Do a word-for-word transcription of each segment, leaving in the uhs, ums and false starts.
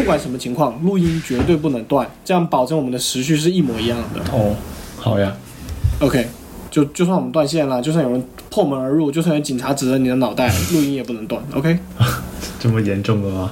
管什么情况，录音绝对不能断，这样保证我们的时序是一模一样的。 哦，好呀。 OK， 就就算我们断线了，就算有人破门而入，就算有警察指着你的脑袋，录音也不能断。OK， 这么严重的吗？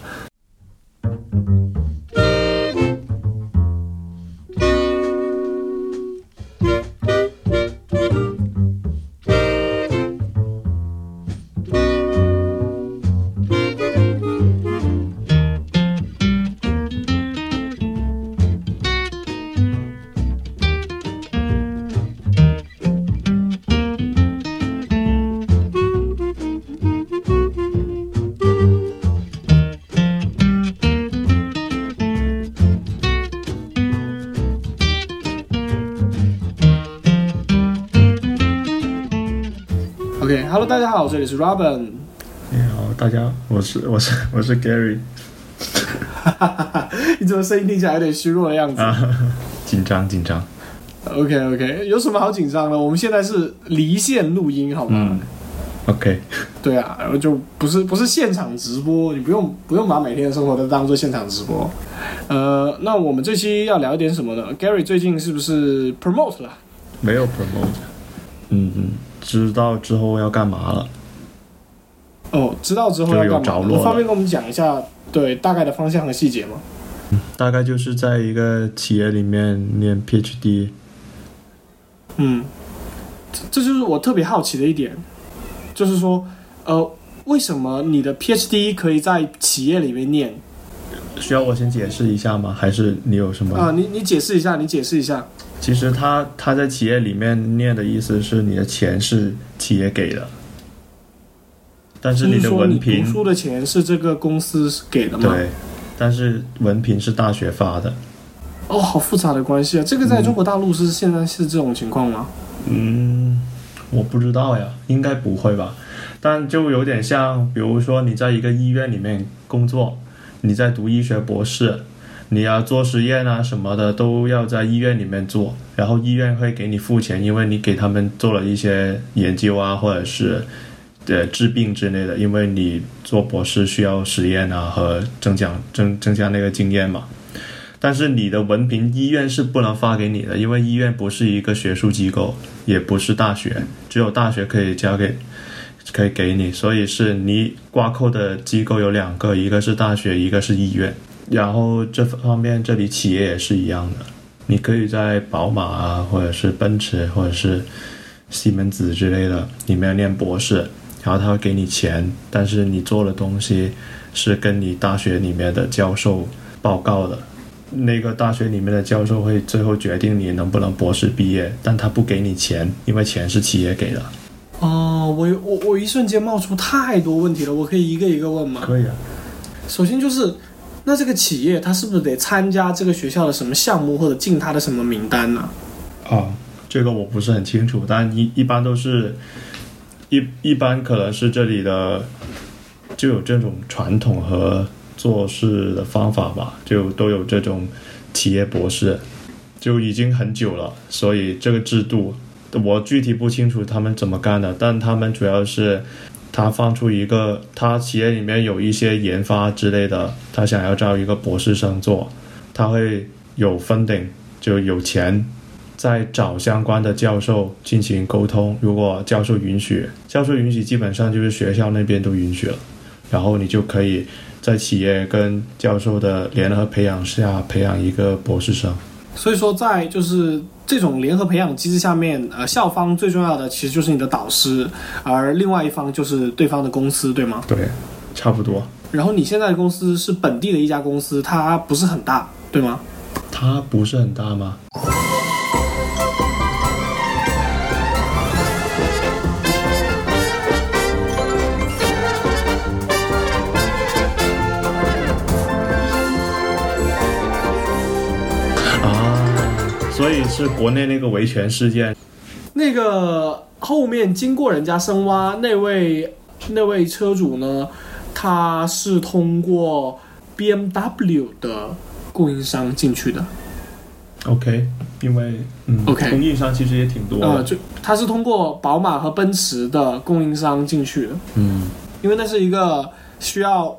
OK，Hello， 大家好，这里是 Robin。 你好，大家，我是我是我是 Gary。 你怎么声音听起来有点虚弱的样子？ 啊，紧张紧张。 OK OK， 有什么好紧张的？我们现在是离线录音，好吗？ 嗯。OK。 对啊，就不是不是现场直播，你不用不用把每天的生活都当做现场直播。呃，那我们这期要聊一点什么呢 ？Gary 最近是不是 promote 了？ 没有 promote。嗯嗯。知道之后要干嘛了？ 哦，知道之后要干嘛？ 就有着落了。 方便跟我们讲一下，对大概的方向和细节吗？ 嗯，大概就是在一个企业里面念 P H D。 嗯，这这就是我特别好奇的一点，就是说，呃，为什么你的 P H D 可以在企业里面念？ 需要我先解释一下吗？还是你有什么？ 啊、呃，你你解释一下，你解释一下。 其实他他在企业里面念的意思是你的钱是企业给的，但是你的文凭， 你读书的钱是这个公司给的吗？ 对，但是文凭是大学发的。 哦，好复杂的关系啊！这个在中国大陆是、嗯、现在是这种情况吗？ 嗯，我不知道呀，应该不会吧？但就有点像，比如说你在一个医院里面工作，你在读医学博士。你要做实验啊什么的都要在医院里面做，然后医院会给你付钱，因为你给他们做了一些研究啊，或者是呃治病之类的，因为你做博士需要实验啊和增加增增加那个经验嘛。但是你的文凭医院是不能发给你的，因为医院不是一个学术机构，也不是大学，只有大学可以交给可以给你，所以是你挂扣的机构有两个，一个是大学，一个是医院。然后这方面这里企业也是一样的，你可以在宝马啊或者是奔驰或者是西门子之类的里面念博士，然后他会给你钱，但是你做的东西是跟你大学里面的教授报告的，那个大学里面的教授会最后决定你能不能博士毕业，但他不给你钱，因为钱是企业给的。 哦，我我我一瞬间冒出太多问题了，我可以一个一个问吗？ 可以啊。 首先就是那这个企业它是不是得参加这个学校的什么项目或者进它的什么名单呢？ 啊，这个我不是很清楚，但一一般都是一一般可能是这里的就有这种传统和做事的方法吧，就都有这种企业博士，就已经很久了，所以这个制度我具体不清楚他们怎么干的，但他们主要是他放出一个，他企业里面有一些研发之类的，他想要招一个博士生做，他会有 funding 就有钱，再找相关的教授进行沟通，如果教授允许，教授允许基本上就是学校那边都允许了，然后你就可以在企业跟教授的联合培养下培养一个博士生。 所以说在就是这种联合培养机制下面，呃，校方最重要的其实就是你的导师，而另外一方就是对方的公司，对吗？ 对，差不多。 然后你现在的公司是本地的一家公司，它不是很大，对吗？ 它不是很大吗？所以是国内那个维权事件， 那个后面经过人家深挖，那位那位车主呢，他是通过 B M W 的供应商进去的。 OK， 因为嗯 ，OK， 供应商其实也挺多的。 呃，就他是通过宝马和奔驰的供应商进去的。 嗯， 因为那是一个需要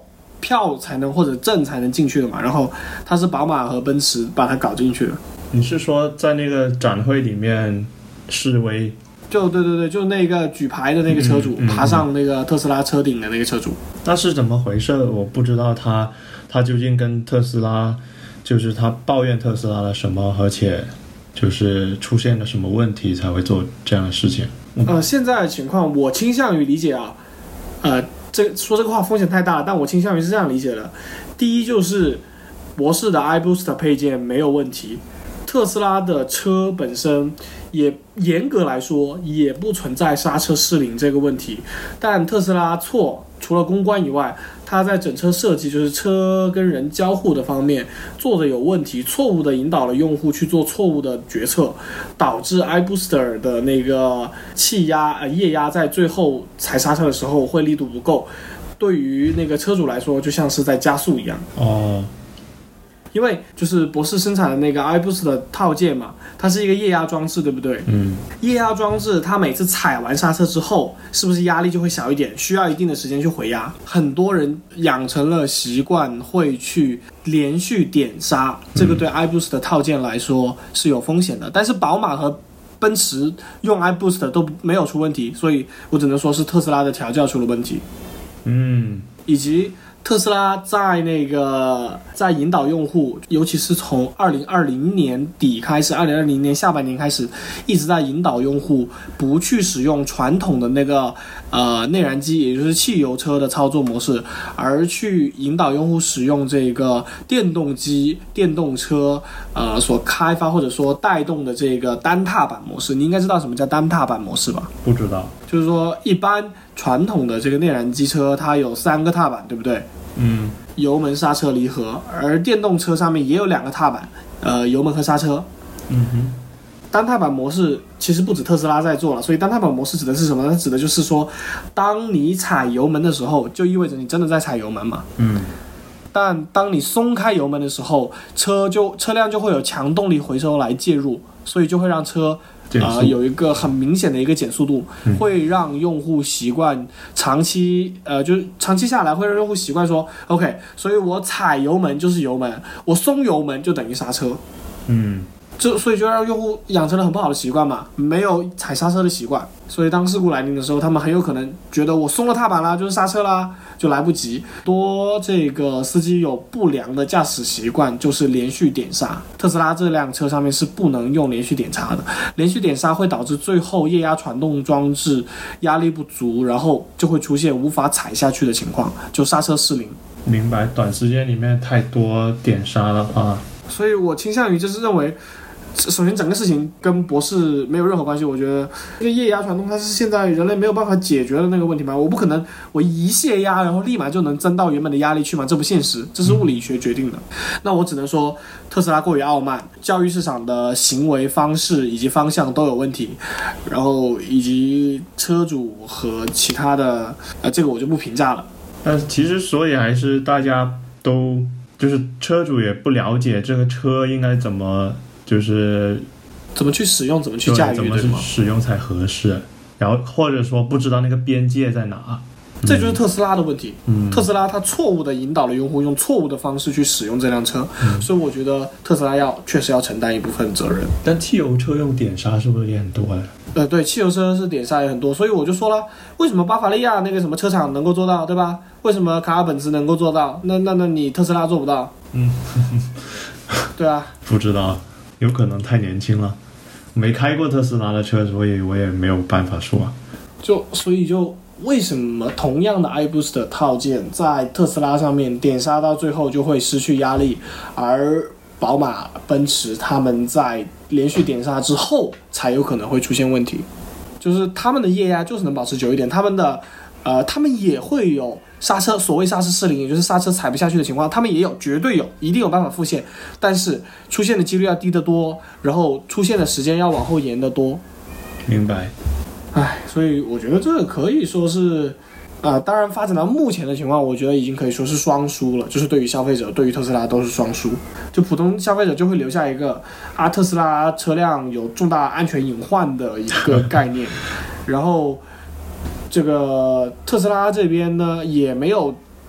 票才能或者证才能进去的嘛，然后它是宝马和奔驰把它搞进去了。 你是说在那个展会里面示威？ 就对对对，就那个举牌的那个车主、 嗯嗯嗯、 爬上那个特斯拉车顶的那个车主。 那是怎么回事？我不知道他他究竟跟特斯拉，就是他抱怨特斯拉了什么，而且就是出现了什么问题才会做这样的事情。嗯、 呃，现在的情况我倾向于理解啊，呃，这说这个话风险太大了，但我倾向于是这样理解的。第一就是博士的 iBoost 配件没有问题，特斯拉的车本身也严格来说也不存在刹车失灵这个问题，但特斯拉错除了公关以外，它在整车设计，就是车跟人交互的方面做的有问题，错误的引导了用户去做错误的决策，导致 iBooster 的那个气压呃液压在最后踩刹车的时候会力度不够，对于那个车主来说就像是在加速一样。 哦。 因为就是博士生产的那个 iBoost 的套件嘛，它是一个液压装置，对不对？ 嗯。 液压装置它每次踩完刹车之后，是不是压力就会小一点？需要一定的时间去回压。很多人养成了习惯，会去连续点刹，这个对 iBoost 的套件来说是有风险的。但是宝马和奔驰用 iBoost 都没有出问题，所以我只能说是特斯拉的调教出了问题。 嗯。 以及特斯拉在那个在引导用户，尤其是从二零二零年底开始，二零二零年下半年开始，一直在引导用户不去使用传统的那个呃内燃机，也就是汽油车的操作模式，而去引导用户使用这个电动机、电动车呃所开发或者说带动的这个单踏板模式。你应该知道什么叫单踏板模式吧？ 不知道。 就是说一般传统的这个内燃机车它有三个踏板，对不对？ 嗯， 油门、刹车、离合，而电动车上面也有两个踏板，呃，油门和刹车。 嗯哼。 单踏板模式其实不止特斯拉在做了，所以单踏板模式指的是什么呢？它指的就是说，当你踩油门的时候，就意味着你真的在踩油门嘛。 嗯。 但当你松开油门的时候，车就车辆就会有强动力回收来介入，所以就会让车呃，有一个很明显的一个减速度， 嗯、 会让用户习惯长期呃，就是长期下来会让用户习惯说 OK， 所以我踩油门就是油门，我松油门就等于刹车。 嗯， 这所以就让用户养成了很不好的习惯嘛，没有踩刹车的习惯，所以当事故来临的时候，他们很有可能觉得我松了踏板啦，就是刹车啦，就来不及。多这个司机有不良的驾驶习惯，就是连续点刹。特斯拉这辆车上面是不能用连续点刹的，连续点刹会导致最后液压传动装置压力不足，然后就会出现无法踩下去的情况，就刹车失灵。 明白，短时间里面太多点刹了啊。 所以我倾向于就是认为，首先整个事情跟博士没有任何关系。我觉得这个液压传动它是现在人类没有办法解决的那个问题嘛，我不可能我一泄压然后立马就能增到原本的压力去嘛，这不现实，这是物理学决定的。那我只能说特斯拉过于傲慢，教育市场的行为方式以及方向都有问题，然后以及车主和其他的呃这个我就不评价了。 但其实所以还是大家都就是车主也不了解这个车应该怎么就是怎么去使用，怎么去驾驭， 怎么去使用才合适，然后或者说不知道那个边界在哪， 这就是特斯拉的问题。 嗯， 特斯拉它错误的引导了用户用错误的方式去使用这辆车，嗯、所以我觉得特斯拉要确实要承担一部分责任。 但汽油车用点刹是不是也很多呢？ 呃，对，汽油车是点刹也很多，所以我就说了，为什么巴伐利亚那个什么车厂能够做到，对吧？为什么卡尔本茨能够做到？那那那你特斯拉做不到？ 嗯， 对啊， 不知道，有可能太年轻了，没开过特斯拉的车，所以我也没有办法说。 就所以就为什么同样的 iBoost 的套件在特斯拉上面点刹到最后就会失去压力，而宝马、奔驰他们在连续点刹之后才有可能会出现问题，就是他们的液压就是能保持久一点，他们的呃，他们也会有刹车，所谓刹车失灵，也就是刹车踩不下去的情况，他们也有，绝对有，一定有办法复现，但是出现的几率要低得多，然后出现的时间要往后延得多。 明白。 唉，所以我觉得这个可以说是啊、呃，当然发展到目前的情况，我觉得已经可以说是双输了，就是对于消费者，对于特斯拉都是双输。就普通消费者就会留下一个啊，特斯拉车辆有重大安全隐患的一个概念，然后这个特斯拉这边呢也没有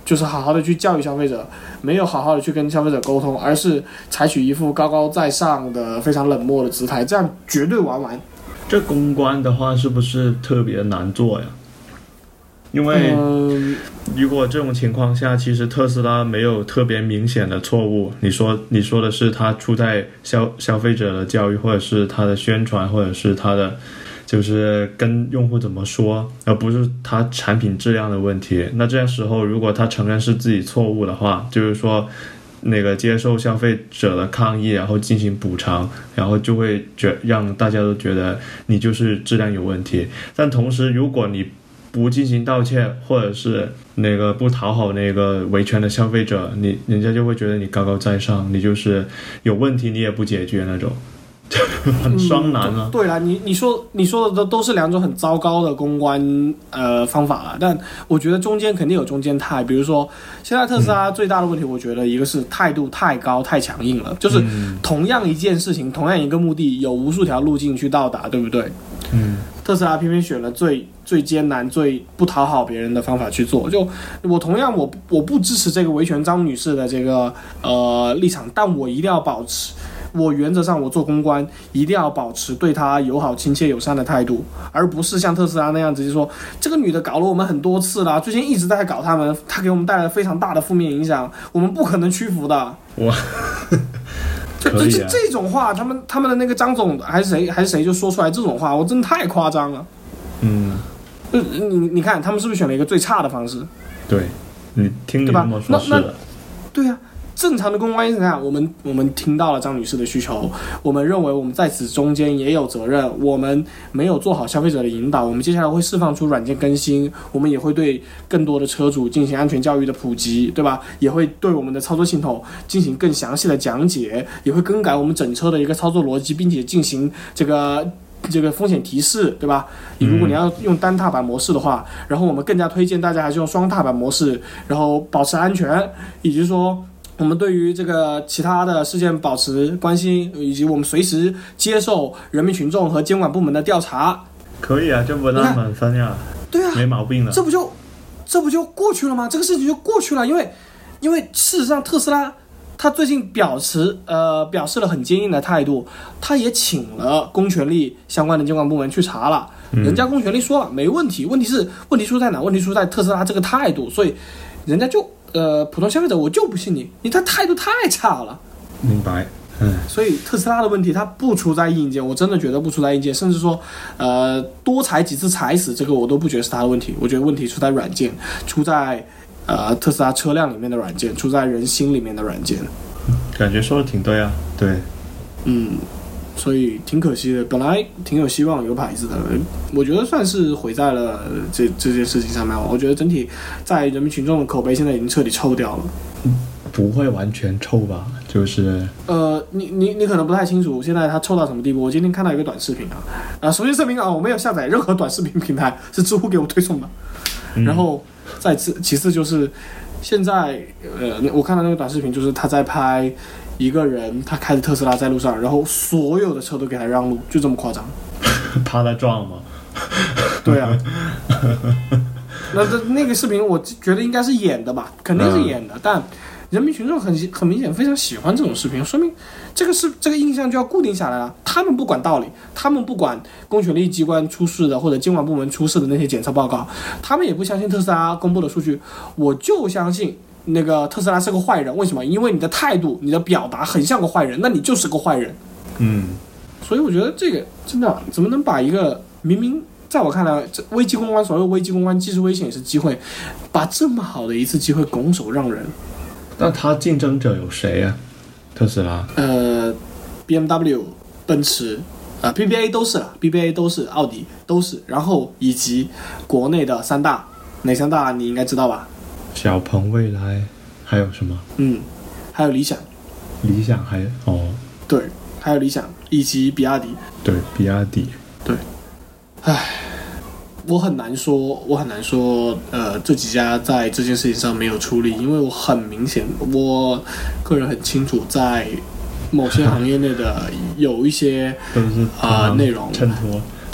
就是好好的去教育消费者，没有好好的去跟消费者沟通，而是采取一副高高在上的非常冷漠的姿态，这样绝对玩完。 这公关的话是不是特别难做呀？因为如果这种情况下，其实特斯拉没有特别明显的错误，你说你说的是它出在消消费者的教育，或者是它的宣传，或者是它的就是跟用户怎么说，而不是它产品质量的问题。那这样时候，如果他承认是自己错误的话，就是说那个接受消费者的抗议，然后进行补偿，然后就会觉让大家都觉得你就是质量有问题。但同时，如果你不进行道歉，或者是那个不讨好那个维权的消费者，你人家就会觉得你高高在上，你就是有问题你也不解决那种，很双难啊。 嗯、对啦，你你说你说的都都是两种很糟糕的公关呃方法了，但我觉得中间肯定有中间态。比如说现在特斯拉最大的问题，我觉得一个是态度太高太强硬了，就是同样一件事情，同样一个目的，有无数条路径去到达，对不对？ 嗯， 特斯拉偏偏选了最最艰难、最不讨好别人的方法去做。就我同样我我不支持这个维权张女士的这个呃立场，但我一定要保持，我原则上我做公关一定要保持对她友好、亲切、友善的态度，而不是像特斯拉那样直接说这个女的搞了我们很多次了，最近一直在搞他们，她给我们带来了非常大的负面影响，我们不可能屈服的。 哇。 可以啊、这这种话，他们他们的那个张总还是谁还是谁就说出来这种话，我真的太夸张了。 嗯， 你你看他们是不是选了一个最差的方式？ 对，你听你这么说是的。 对呀、啊，正常的公关，你看我们我们听到了张女士的需求，我们认为我们在此中间也有责任，我们没有做好消费者的引导，我们接下来会释放出软件更新，我们也会对更多的车主进行安全教育的普及，对吧？也会对我们的操作系统进行更详细的讲解，也会更改我们整车的一个操作逻辑，并且进行这个这个风险提示，对吧？如果你要用单踏板模式的话，然后我们更加推荐大家还是用双踏板模式，然后保持安全，以及说我们对于这个其他的事件保持关心，以及我们随时接受人民群众和监管部门的调查。 可以啊，这不那满分呀。 对啊， 没毛病了。 这不就这不就过去了吗？这个事情就过去了，因为因为事实上特斯拉他最近表示呃表示了很坚硬的态度，他也请了公权力相关的监管部门去查了，嗯、人家公权力说了没问题，问题是问题出在哪？问题出在特斯拉这个态度，所以人家就呃普通消费者我就不信你，你他态度太差了。 明白。嗯， 所以特斯拉的问题它不出在硬件，我真的觉得不出在硬件，甚至说呃多踩几次踩死这个我都不觉得是它的问题，我觉得问题出在软件，出在呃特斯拉车辆里面的软件，出在人心里面的软件。 感觉说的挺对啊。对， 嗯，所以挺可惜的，本来挺有希望有牌子的，我觉得算是毁在了这这件事情上面。我觉得整体在人民群众的口碑现在已经彻底臭掉了。 不会完全臭吧？就是呃，你你你可能不太清楚，现在它臭到什么地步。我今天看到一个短视频啊，啊，首先声明啊，我没有下载任何短视频平台，是知乎给我推送的。嗯、然后再次，其次就是现在呃，我看到那个短视频，就是他在拍一个人，他开着特斯拉在路上，然后所有的车都给他让路，就这么夸张。 怕他撞吗？ 对啊。那这那个视频，我觉得应该是演的吧，肯定是演的，嗯、但。人民群众很很明显非常喜欢这种视频，说明这个是这个印象就要固定下来了。他们不管道理，他们不管公权力机关出示的或者监管部门出示的那些检测报告，他们也不相信特斯拉公布的数据。我就相信那个特斯拉是个坏人，为什么？因为你的态度、你的表达很像个坏人，那你就是个坏人。 嗯， 所以我觉得这个真的怎么能把一个明明在我看来，危机公关，所谓危机公关既是危险也是机会，把这么好的一次机会拱手让人。 那他竞争者有谁啊？特斯拉？ 呃 ，B M W、奔驰，啊、呃、，B B A 都是了 ，B B A 都是，奥迪都是，然后以及国内的三大，哪三大你应该知道吧？ 小鹏、蔚来，还有什么？ 嗯，还有理想。 理想还哦。 对，还有理想以及比亚迪。 对，比亚迪。 对，唉。我很难说，我很难说，呃，这几家在这件事情上没有出力，因为我很明显，我个人很清楚，在某些行业内的有一些都是啊、呃、内容衬托，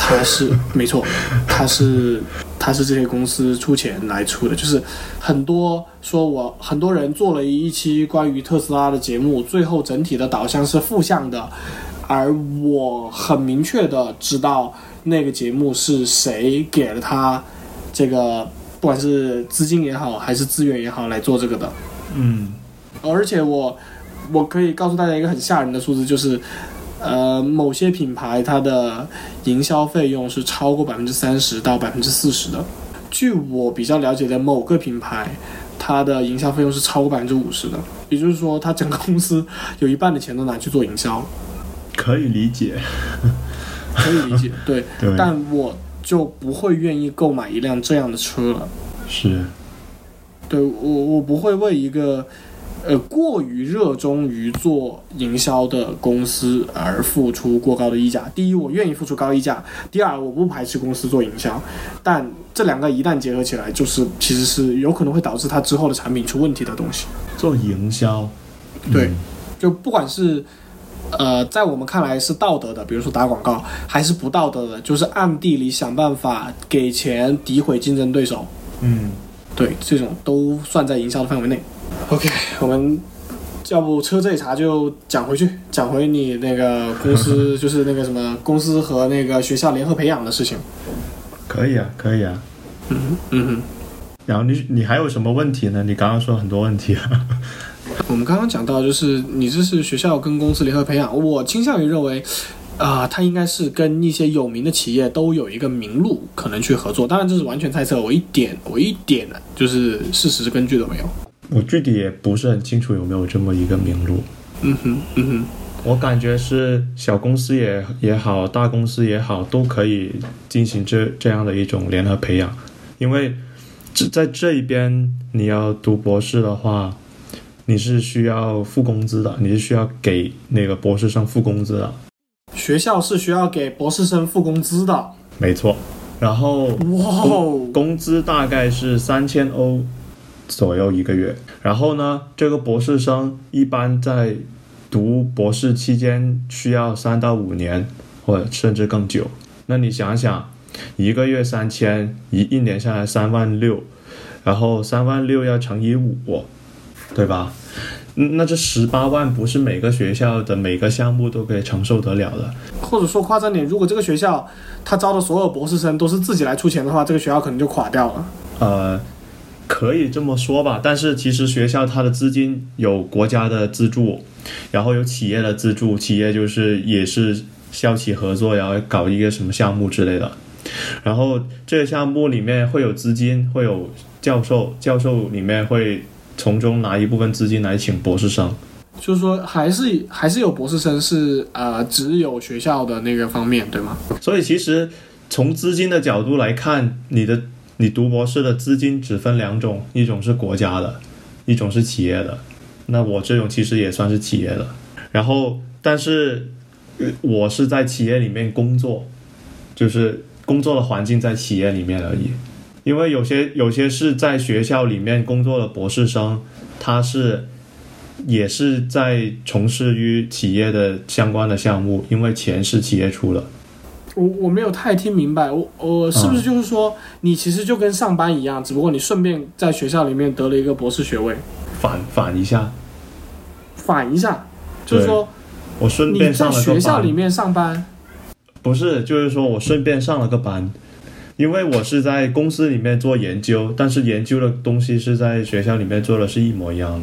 它是没错，它是它是这些公司出钱来出的，就是很多说我很多人做了一期关于特斯拉的节目，最后整体的导向是负向的，而我很明确的知道那个节目是谁给了他这个不管是资金也好还是资源也好来做这个的。 嗯， 而且我我可以告诉大家一个很吓人的数字，就是呃，某些品牌它的营销费用是超过百分之三十到百分之四十的。据我比较了解的某个品牌，它的营销费用是超过百分之五十的，也就是说，它整个公司有一半的钱都拿去做营销。 可以理解， 可以理解，对。 对， 但我就不会愿意购买一辆这样的车了。 是， 对，我我不会为一个。呃，过于热衷于做营销的公司而付出过高的溢价。第一，我愿意付出高溢价；第二，我不排斥公司做营销。但这两个一旦结合起来，就是其实是有可能会导致它之后的产品出问题的东西。 做营销， 对， 嗯、 就不管是呃，在我们看来是道德的，比如说打广告，还是不道德的，就是暗地里想办法给钱诋毁竞争对手。 嗯， 对，这种都算在营销的范围内。OK， 我们要不车这一茬就讲回去，讲回你那个公司，就是那个什么公司和那个学校联合培养的事情。 可以啊，可以啊。 嗯嗯哼。 然后你你还有什么问题呢？你刚刚说很多问题啊。 我们刚刚讲到，就是你这是学校跟公司联合培养，我倾向于认为，啊、呃，它应该是跟一些有名的企业都有一个名录，可能去合作。当然这是完全猜测，我一点我一点就是事实根据都没有。 我具体也不是很清楚有没有这么一个名录。 嗯哼，嗯哼， 我感觉是小公司也也好，大公司也好，都可以进行这这样的一种联合培养。因为在这一边你要读博士的话，你是需要付工资的，你是需要给那个博士生付工资的。 学校是需要给博士生付工资的。 没错。然后哇， 工工资大概是三千欧左右一个月。然后呢，这个博士生一般在读博士期间需要三到五年，或者甚至更久。那你想想，一个月三千，一一年下来三万六，然后三万六要乘以五，对吧？那这十八万不是每个学校的每个项目都可以承受得了的。 或者说夸张点，如果这个学校他招的所有博士生都是自己来出钱的话，这个学校可能就垮掉了。 呃。可以这么说吧，但是其实学校它的资金有国家的资助，然后有企业的资助，企业就是也是校企合作，然后搞一个什么项目之类的，然后这个项目里面会有资金，会有教授，教授里面会从中拿一部分资金来请博士生。 就是说还是还是有博士生是呃只有学校的那个方面，对吗？ 所以其实从资金的角度来看，你的你读博士的资金只分两种，一种是国家的，一种是企业的。那我这种其实也算是企业的。然后，但是我是在企业里面工作，就是工作的环境在企业里面而已。因为有些有些是在学校里面工作的博士生，他是也是在从事于企业的相关的项目，因为钱是企业出的。 我我没有太听明白，我我是不是就是说、嗯、你其实就跟上班一样，只不过你顺便在学校里面得了一个博士学位？ 反反一下， 反一下，就是说我顺便上了个班。 你在学校里面上班？ 不是，就是说我顺便上了个班，因为我是在公司里面做研究，但是研究的东西是在学校里面做的是一模一样的。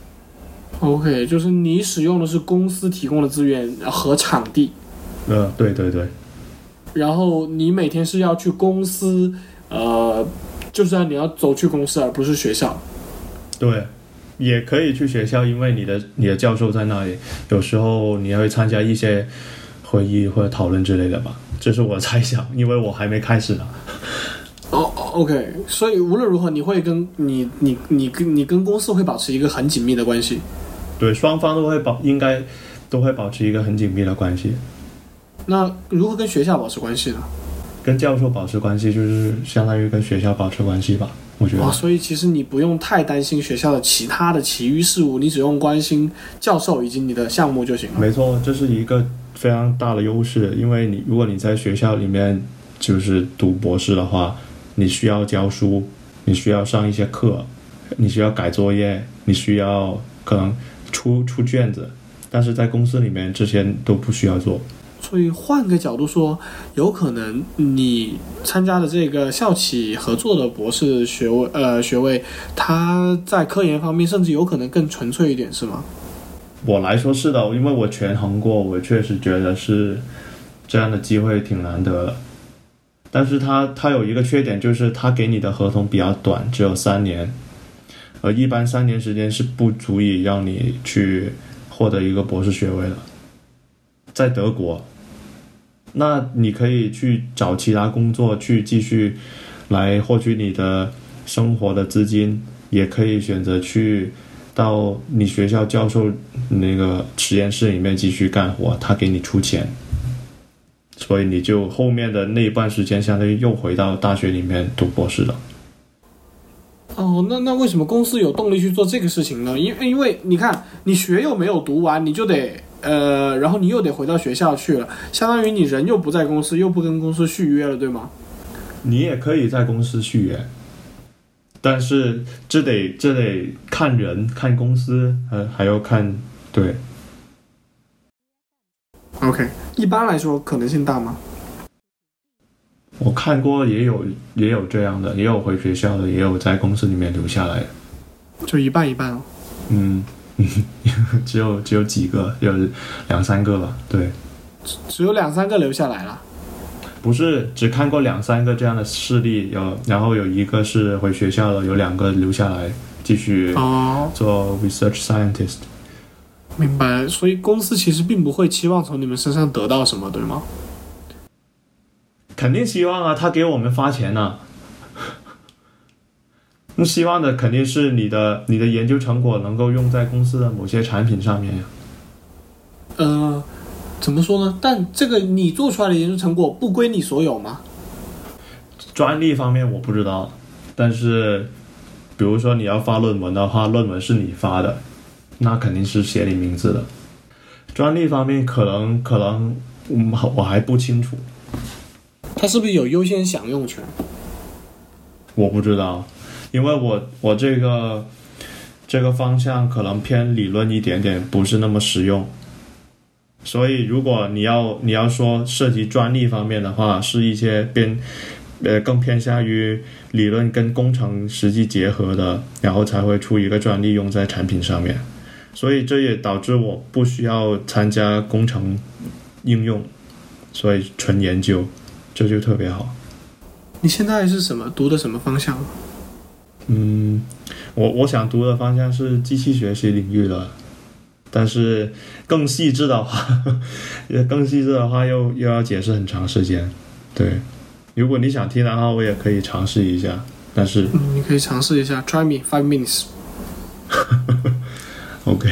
OK， 就是你使用的是公司提供的资源和场地。 呃，对对对。 然后你每天是要去公司，呃，就是你要走去公司，而不是学校。 对，也可以去学校，因为你的你的教授在那里，有时候你还会参加一些会议或者讨论之类的吧，这是我的猜想，因为我还没开始呢。 哦、oh, ，OK， 所以无论如何，你会跟你你你跟你跟公司会保持一个很紧密的关系。 对，双方都会保，应该都会保持一个很紧密的关系。 那如何跟学校保持关系呢？ 跟教授保持关系，就是相当于跟学校保持关系吧，我觉得。 哦，所以其实你不用太担心学校的其他的其余事务，你只用关心教授以及你的项目就行了。 没错，这是一个非常大的优势，因为你如果你在学校里面就是读博士的话，你需要教书，你需要上一些课，你需要改作业，你需要可能出出卷子，但是在公司里面这些都不需要做。 所以换个角度说，有可能你参加的这个校企合作的博士学位，呃，学位，它在科研方面甚至有可能更纯粹一点，是吗？ 我来说是的，因为我权衡过，我确实觉得是这样的机会挺难得的。但是它它有一个缺点，就是它给你的合同比较短，只有三年，而一般三年时间是不足以让你去获得一个博士学位的。在德国，那你可以去找其他工作去继续来获取你的生活的资金，也可以选择去到你学校教授那个实验室里面继续干活，他给你出钱，所以你就后面的那一半时间相当于又回到大学里面读博士了。 哦，那那为什么公司有动力去做这个事情呢？因因为你看，你学又没有读完，你就得呃，然后你又得回到学校去了，相当于你人又不在公司，又不跟公司续约了，对吗？ 你也可以在公司续约，但是这得这得看人、看公司，呃，还要看对。 OK， 一般来说可能性大吗？ 我看过也有也有这样的，也有回学校的，也有在公司里面留下来的， 就一半一半哦。 嗯，只有只有几个，有两三个吧，对。 只有两三个留下来了。 不是，只看过两三个这样的事例，有，然后有一个是回学校的，有两个留下来继续做 research scientist。 哦，明白。所以公司其实并不会期望从你们身上得到什么，对吗？ 肯定希望啊，他给我们发钱啊。那希望的肯定是你的你的研究成果能够用在公司的某些产品上面呀。 呃，怎么说呢？但这个你做出来的研究成果不归你所有吗？ 专利方面我不知道，但是比如说你要发论文的话，论文是你发的，那肯定是写你名字的。专利方面可能可能、嗯、我还不清楚。 他是不是有优先享用权？ 我不知道，因为我我这个这个方向可能偏理论一点点，不是那么实用。所以如果你要你要说涉及专利方面的话，是一些偏呃更偏向于理论跟工程实际结合的，然后才会出一个专利用在产品上面。所以这也导致我不需要参加工程应用，所以纯研究。这就特别好。 你现在是什么读的什么方向？ 嗯，我我想读的方向是机器学习领域的，但是更细致的话，更细致的话又又要解释很长时间。对，如果你想听的话，我也可以尝试一下。但是， 嗯，你可以尝试一下 ，try me five minutes 。 OK，OK，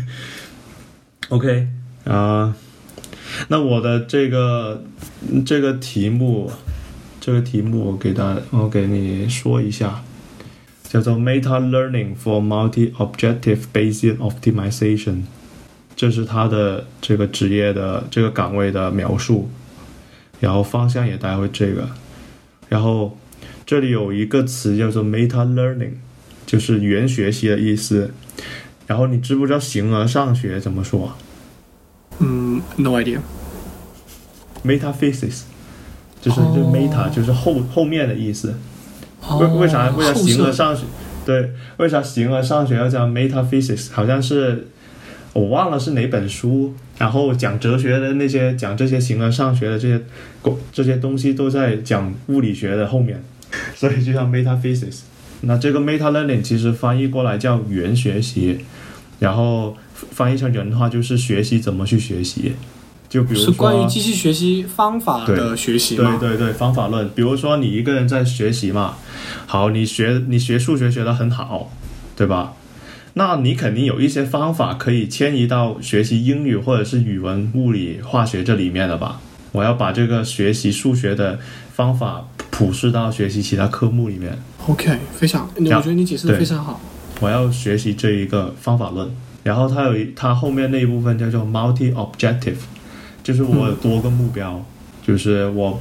okay. 啊、uh, 那我的这个这个题目，这个题目我给大我给你说一下，叫做 Meta Learning for Multi-Objective Bayesian Optimization， 这是它的这个职业的这个岗位的描述，然后方向也带回这个，然后这里有一个词叫做 Meta Learning， 就是元学习的意思。然后你知不知道形而上学怎么说？ 嗯 ，no idea。Metaphysics， 就是、oh. 就 meta 就是后后面的意思。为、oh, 为啥为啥形而上学？对，为啥形而上学要叫 metaphysics？ 好像是我忘了是哪本书，然后讲哲学的那些讲这些形而上学的这些这些东西都在讲物理学的后面，所以就叫 metaphysics。那这个 meta learning 其实翻译过来叫元学习，然后翻译成人话就是学习怎么去学习。就比如说是关于机器学习方法的学习吗？ 对对对，方法论。比如说你一个人在学习嘛，好，你学你学数学学得很好，对吧？那你肯定有一些方法可以迁移到学习英语或者是语文、物理、化学这里面的吧？我要把这个学习数学的方法普适到学习其他科目里面。 OK， 非常，我觉得你解释得非常好。 我要学习这一个方法论，然后它有一它后面那一部分叫做 multi-objective， 就是我有多个目标，嗯、就是我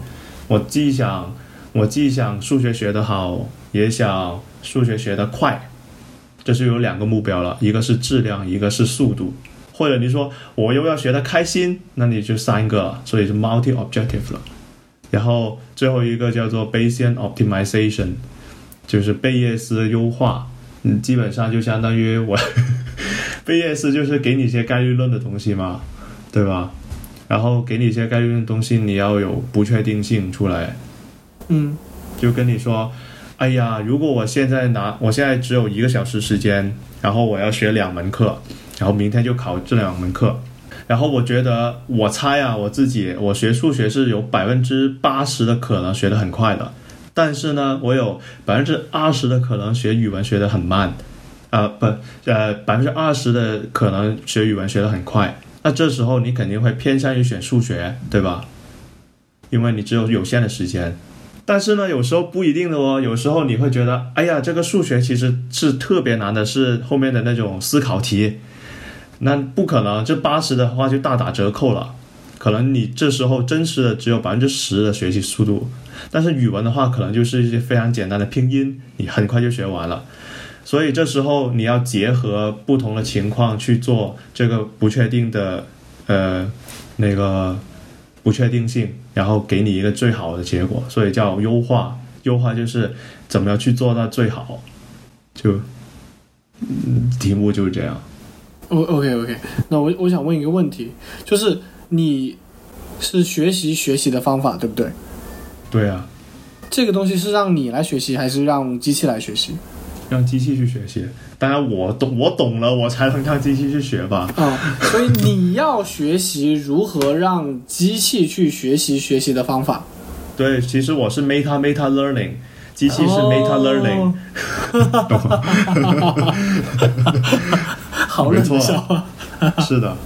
我既想我既想数学学得好，也想数学学得快，这是有两个目标了，一个是质量，一个是速度。或者你说我又要学得开心，那你就三个了，所以是 multi objective 了。然后最后一个叫做 Bayesian optimization， 就是贝叶斯优化。嗯，基本上就相当于我贝叶斯就是给你一些概率论的东西嘛，对吧？然后给你一些概率论的东西，你要有不确定性出来。 嗯， 就跟你说，哎呀，如果我现在拿我现在只有一个小时时间，然后我要学两门课，然后明天就考这两门课，然后我觉得我猜啊，我自己我学数学是有百分之八十的可能学得很快的，但是呢，我有百分之二十的可能学语文学得很慢，啊、呃、不呃百分之二十的可能学语文学得很快，那这时候你肯定会偏向于选数学，对吧？因为你只有有限的时间。但是呢，有时候不一定的哦。有时候你会觉得，哎呀，这个数学其实是特别难的，是后面的那种思考题，那不可能，这八十的话就大打折扣了。可能你这时候真实的只有百分之十的学习速度，但是语文的话，可能就是一些非常简单的拼音，你很快就学完了。所以这时候你要结合不同的情况去做这个不确定的呃那个不确定性，然后给你一个最好的结果，所以叫优化。优化就是怎么样去做到最好，就、嗯、题目就是这样。 O OK OK， 那我我想问一个问题，就是你是学习学习的方法，对不对？ 对啊。 这个东西是让你来学习，还是让机器来学习？ 让机器去学习。当然我懂，我懂了，我才能让机器去学吧。 啊、哦，所以你要学习如何让机器去学习学习的方法。 对，其实我是 meta meta learning， 机器是 meta learning，、哦、懂吗？ 好冷笑话。 是的。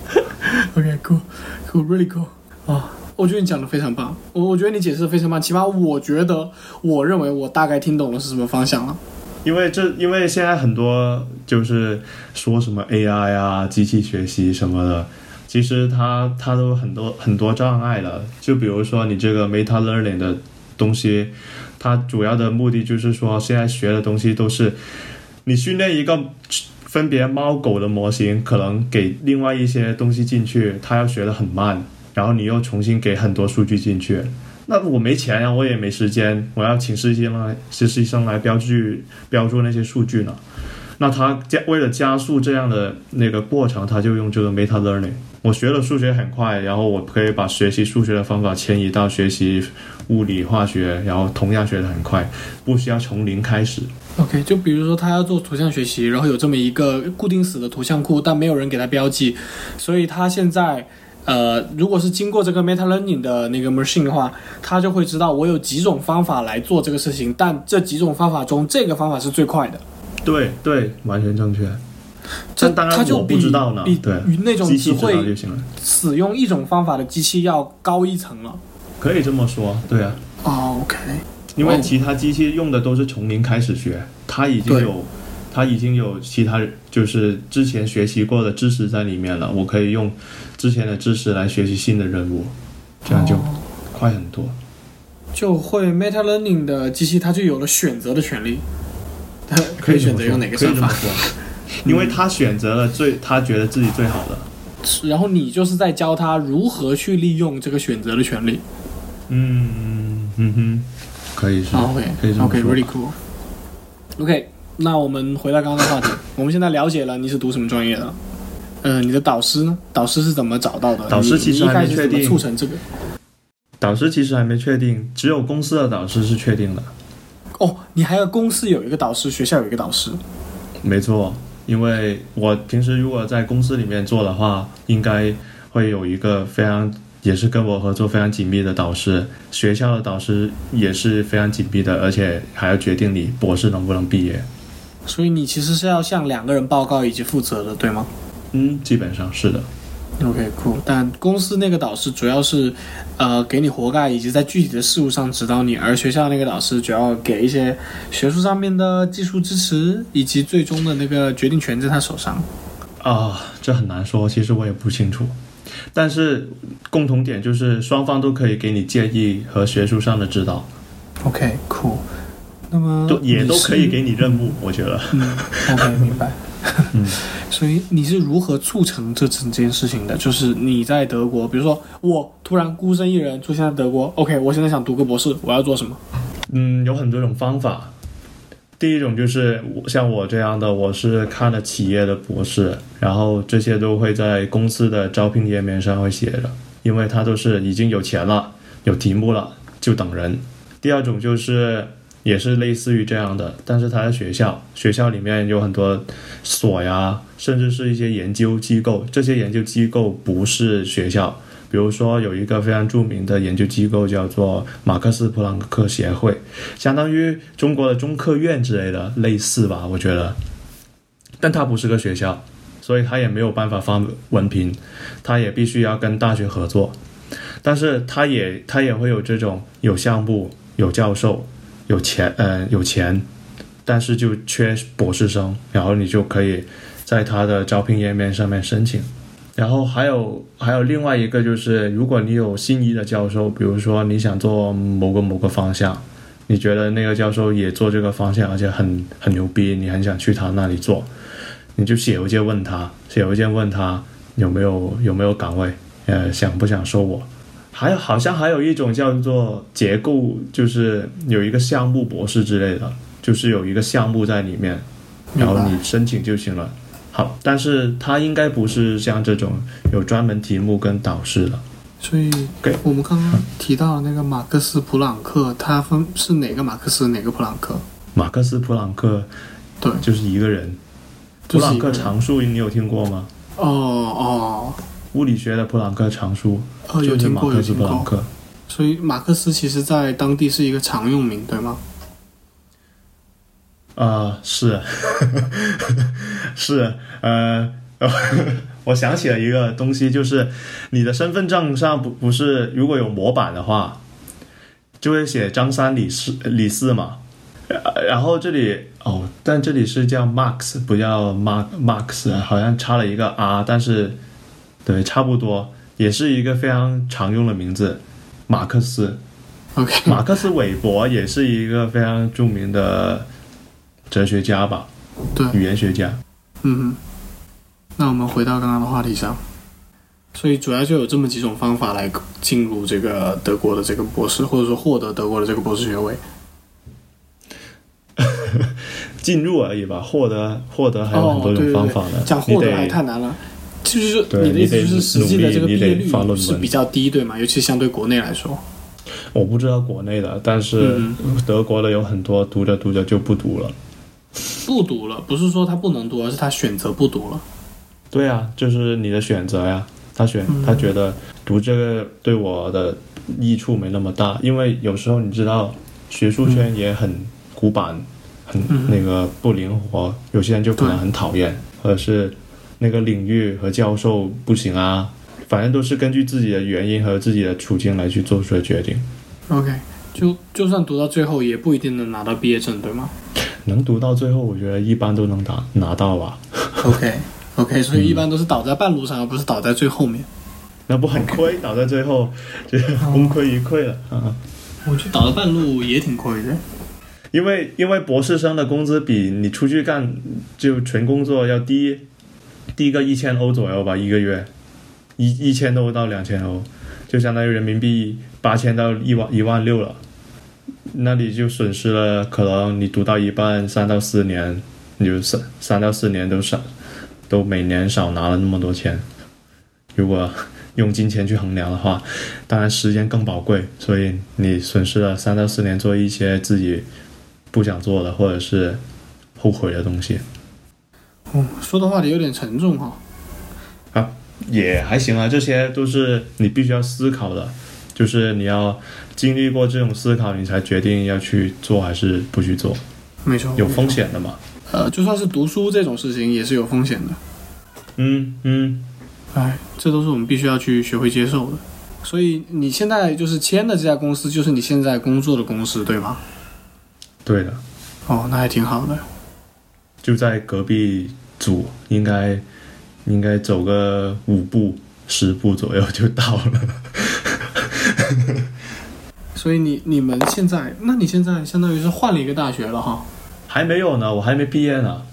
OK cool cool really cool 啊、哦，我觉得你讲的非常棒，我我觉得你解释的非常棒，起码我觉得我认为我大概听懂了是什么方向了。 因为这因为现在很多就是说什么 A I 啊，机器学习什么的，其实它它都很多很多障碍了。就比如说你这个 meta learning 的东西，它主要的目的就是说，现在学的东西都是你训练一个分别猫狗的模型，可能给另外一些东西进去，它要学得很慢，然后你又重新给很多数据进去。那我没钱呀、啊，我也没时间，我要请实习生来实习生来标注标注那些数据呢。那他加为了加速这样的那个过程，他就用这个 meta learning。我学了数学很快，然后我可以把学习数学的方法迁移到学习物理化学，然后同样学得很快，不需要从零开始。 OK， 就比如说他要做图像学习，然后有这么一个固定死的图像库，但没有人给他标记，所以他现在呃，如果是经过这个 meta learning 的那个 machine 的话，他就会知道我有几种方法来做这个事情，但这几种方法中，这个方法是最快的。对对，完全正确。 这当然我不知道呢， 比对， 比那种只会就行了， 使用一种方法的机器要高一层了。 可以这么说，对啊。 哦 ，OK。 因为其他机器用的都是从零开始学，它已经有，它已经有其他就是之前学习过的知识在里面了，我可以用之前的知识来学习新的任务，这样就快很多。哦、 就会 meta learning 的机器，它就有了选择的权利，它可以选择用哪个算法， 因为他选择了最他觉得自己最好的， 然后你就是在教他如何去利用这个选择的权利。 嗯嗯哼。可以是 ，OK， 可以这么说。 OK，really cool。OK， 那我们回到刚刚的话题，我们现在了解了你是读什么专业的，呃，你的导师呢？导师是怎么找到的？ 导师其实还没确定。 你一开始怎么促成这个？ 导师其实还没确定，只有公司的导师是确定的。 哦，你还有公司有一个导师，学校有一个导师。 没错，因为我平时如果在公司里面做的话，应该会有一个非常。也是跟我合作非常紧密的导师，学校的导师也是非常紧密的，而且还要决定你博士能不能毕业。 所以你其实是要向两个人报告以及负责的，对吗？ 嗯，基本上是的。 OK cool， 但公司那个导师主要是呃给你活干以及在具体的事务上指导你，而学校那个导师主要给一些学术上面的技术支持，以及最终的那个决定权在他手上。 啊，这很难说，其实我也不清楚。 但是共同点就是双方都可以给你建议和学术上的指导。 OK cool， 那么都也都可以给你任务，我觉得。 嗯 OK 明白。 嗯， 所以你是如何促成这整件事情的？就是你在德国，比如说我突然孤身一人出现在德国 OK 我现在想读个博士，我要做什么？ 嗯，有很多种方法。第一种就是像我这样的，我是看了企业的博士，然后这些都会在公司的招聘页面上会写的，因为他都是已经有钱了，有题目了，就等人。第二种就是也是类似于这样的，但是他在学校，学校里面有很多所呀，甚至是一些研究机构，这些研究机构不是学校，比如说有一个非常著名的研究机构叫做马克思普朗克协会，相当于中国的中科院之类的，类似吧，我觉得。但它不是个学校，所以它也没有办法发文凭，它也必须要跟大学合作。但是它也它也会有这种有项目、有教授、有钱呃有钱，但是就缺博士生，然后你就可以在它的招聘页面上面申请。然后还有还有另外一个就是，如果你有心仪的教授，比如说你想做某个某个方向，你觉得那个教授也做这个方向，而且很很牛逼，你很想去他那里做，你就写邮件问他，写邮件问他有没有有没有岗位，呃，想不想收我。还有好像还有一种叫做结构，就是有一个项目博士之类的，就是有一个项目在里面，然后你申请就行了。好，但是它应该不是像这种有专门题目跟导师的。 所以我们刚刚提到的那个马克思普朗克，他分是哪个马克思哪个普朗克？ 马克思普朗克， 对， 就是一个人。普朗克常数你有听过吗？ 哦哦， 物理学的普朗克常数， 呃，有听过，有听过。 克。 所以马克思其实在当地是一个常用名，对吗？ 啊、呃，是，是，呃，我想起了一个东西，就是你的身份证上不不是如果有模板的话，就会写张三李四李四嘛，然后这里哦，但这里是叫 Max 不叫 Mark Max， 好像差了一个 R， 但是对差不多，也是一个非常常用的名字，马克思。 OK， 马克思韦伯也是一个非常著名的哲学家吧， 对， 语言学家。 嗯，那我们回到刚刚的话题上，所以主要就有这么几种方法来进入这个德国的这个博士，或者说获得德国的这个博士学位。 进入而已吧，获得获得还有很多种方法的。 讲、哦、获得还太难了，就是你的意思就是实际的这个毕业率是比较低，对吗？尤其相对国内来说。 我不知道国内的，但是德国的有很多读着读着就不读了。 不读了，不是说他不能读，而是他选择不读了。 对啊，就是你的选择呀。他选，他觉得读这个对我的益处没那么大，因为有时候你知道，学术圈也很古板，很那个不灵活，有些人就可能很讨厌，或者是那个领域和教授不行啊，反正都是根据自己的原因和自己的处境来去做出的决定。 OK， 就就算读到最后，也不一定能拿到毕业证，对吗？ 能读到最后，我觉得一般都能拿拿到吧。 OK OK， 所以一般都是倒在半路上，嗯、而不是倒在最后面。 那不很亏？ Okay. 倒在最后，就功亏一篑了啊！ 我觉得倒在半路也挺亏的。 因为因为博士生的工资比你出去干就纯工作要低，低个一千欧左右吧，一个月，一一千欧到两千欧，就相当于人民币八千到一万一万六了。那你就损失了，可能你读到一半，三到四年，你就三三到四年都少，都每年少拿了那么多钱。如果用金钱去衡量的话，当然时间更宝贵，所以你损失了三到四年做一些自己不想做的或者是后悔的东西。 哦，说的话题有点沉重哈、 哦。啊，也还行啊，这些都是你必须要思考的，就是你要经历过这种思考，你才决定要去做还是不去做。 没错， 有风险的嘛。 呃，就算是读书这种事情也是有风险的。 嗯嗯。 哎，这都是我们必须要去学会接受的。所以你现在就是签的这家公司，就是你现在工作的公司，对吗？ 对的。 哦，那还挺好的。 就在隔壁组，应该应该走个五步十步左右就到了。 所以你你们现在，那你现在相当于是换了一个大学了哈？ 还没有呢，我还没毕业呢。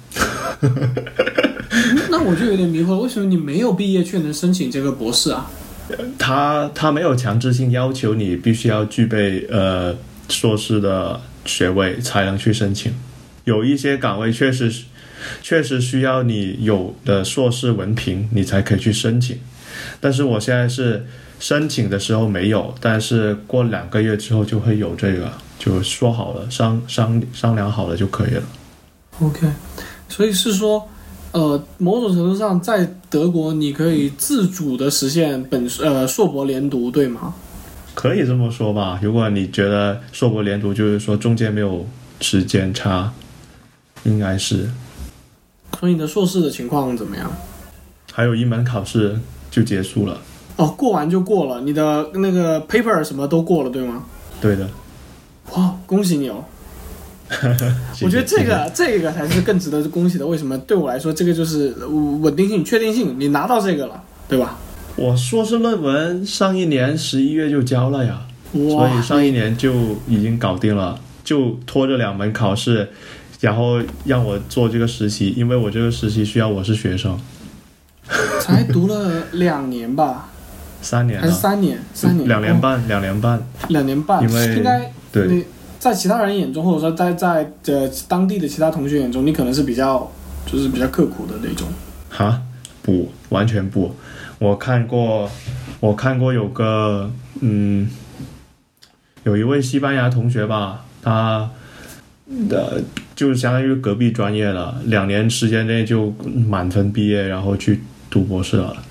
那我就有点迷惑了，为什么你没有毕业却能申请这个博士啊？ 他他没有强制性要求你必须要具备呃硕士的学位才能去申请，有一些岗位确实确实需要你有的硕士文凭你才可以去申请，但是我现在是申请的时候没有，但是过两个月之后就会有这个，就说好了，商商商量好了就可以了。 OK， 所以是说，呃，某种程度上，在德国你可以自主的实现本呃硕博连读，对吗？ 可以这么说吧。如果你觉得硕博连读就是说中间没有时间差，应该是。 所以你的硕士的情况怎么样？ 还有一门考试就结束了。 哦，过完就过了，你的那个 paper 什么都过了，对吗？ 对的。 哇，恭喜你哦！我觉得这个这个才是更值得恭喜的。为什么？对我来说，这个就是稳定性、确定性，你拿到这个了，对吧？ 我硕士论文上一年十一月就交了呀，所以上一年就已经搞定了，就拖着两门考试，然后让我做这个实习，因为我这个实习需要我是学生。 才读了两年吧？ 三年了？ 还是三年？三年？ 两年半，两、哦、年半。两年半， 因为应该对。 在其他人眼中，或者说在在呃当地的其他同学眼中，你可能是比较就是比较刻苦的那种。 哈，不，完全不。我看过，我看过有个嗯，有一位西班牙同学吧，他的就相当于隔壁专业了，两年时间内就满分毕业，然后去读博士了。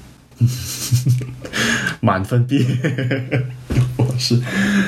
满分毕业，博士。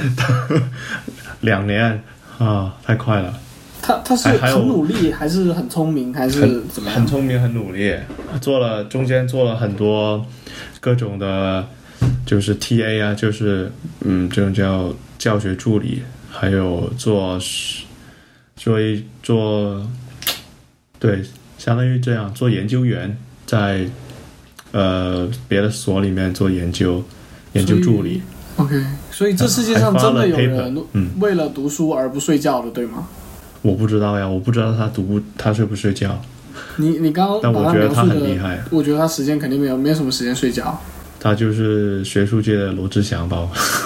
两年啊，太快了。 他他是很努力，还是很聪明，还是怎么样？ 很聪明，很努力，做了中间做了很多各种的，就是 T A 啊，就是嗯，这种叫教学助理，还有做做一做，对，相当于这样做研究员，在呃别的所里面做研究，研究助理。 OK， 所以这世界上真的有人为了读书而不睡觉的，对吗？ 我不知道呀，我不知道他读不他睡不睡觉。 你你刚刚但我觉得他很厉害。 我觉得他时间肯定没有没有什么时间睡觉。 他就是学术界的罗志祥吧。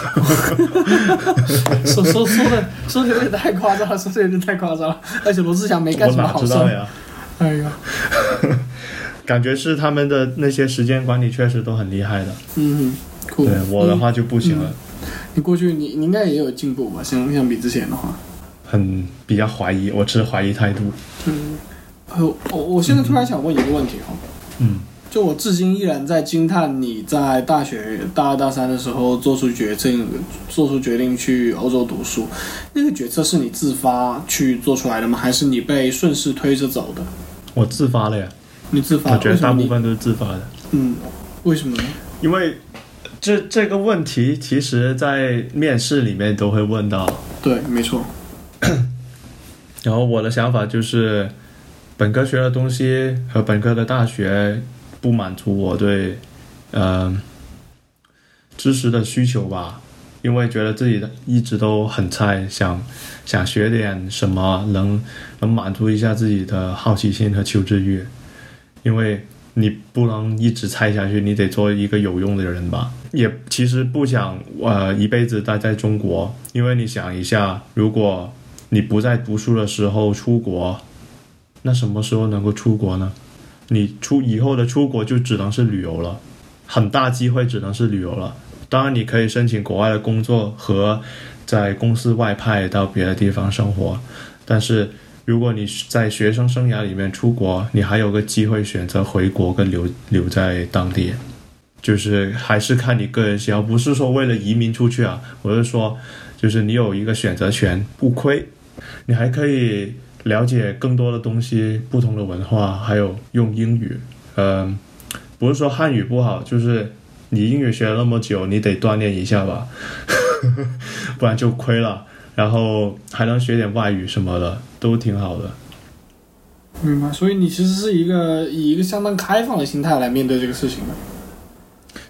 说说说的说的有点太夸张了，说的有点太夸张了。而且罗志祥没干什么好事。 我哪知道呀？ 哎呀， 感觉是他们的那些时间管理确实都很厉害的。 嗯。 对，我的话就不行了。 嗯、你过去你你应该也有进步吧？相相比之前的话， 很比较怀疑，我持怀疑态度。 嗯，我我现在突然想问一个问题哦。 嗯。 就我至今依然在惊叹你在大学大二大三的时候做出决定，做出决定去欧洲读书，那个决策是你自发去做出来的吗？还是你被顺势推着走的？ 我自发了呀。 你自发？ 我觉得大部分都是自发的。 嗯，为什么呢？ 因为。这这个问题其实在面试里面都会问到。 对，没错。 然后我的想法就是本科学的东西和本科的大学不满足我对呃知识的需求吧，因为觉得自己一直都很菜，想想学点什么能能满足一下自己的好奇心和求知欲，因为你不能一直猜下去，你得做一个有用的人吧。也其实不想呃一辈子待在中国，因为你想一下，如果你不在读书的时候出国，那什么时候能够出国呢？你出以后的出国就只能是旅游了，很大机会只能是旅游了。当然你可以申请国外的工作和在公司外派到别的地方生活，但是如果你在学生生涯里面出国，你还有个机会选择回国跟留留在当地，就是还是看你个人喜好，不是说为了移民出去啊，我是说就是你有一个选择权，不亏，你还可以了解更多的东西，不同的文化，还有用英语，嗯，不是说汉语不好，就是你英语学了那么久，你得锻炼一下吧，不然就亏了。然后还能学点外语什么的，都挺好的。 明白，所以你其实是一个以一个相当开放的心态来面对这个事情的。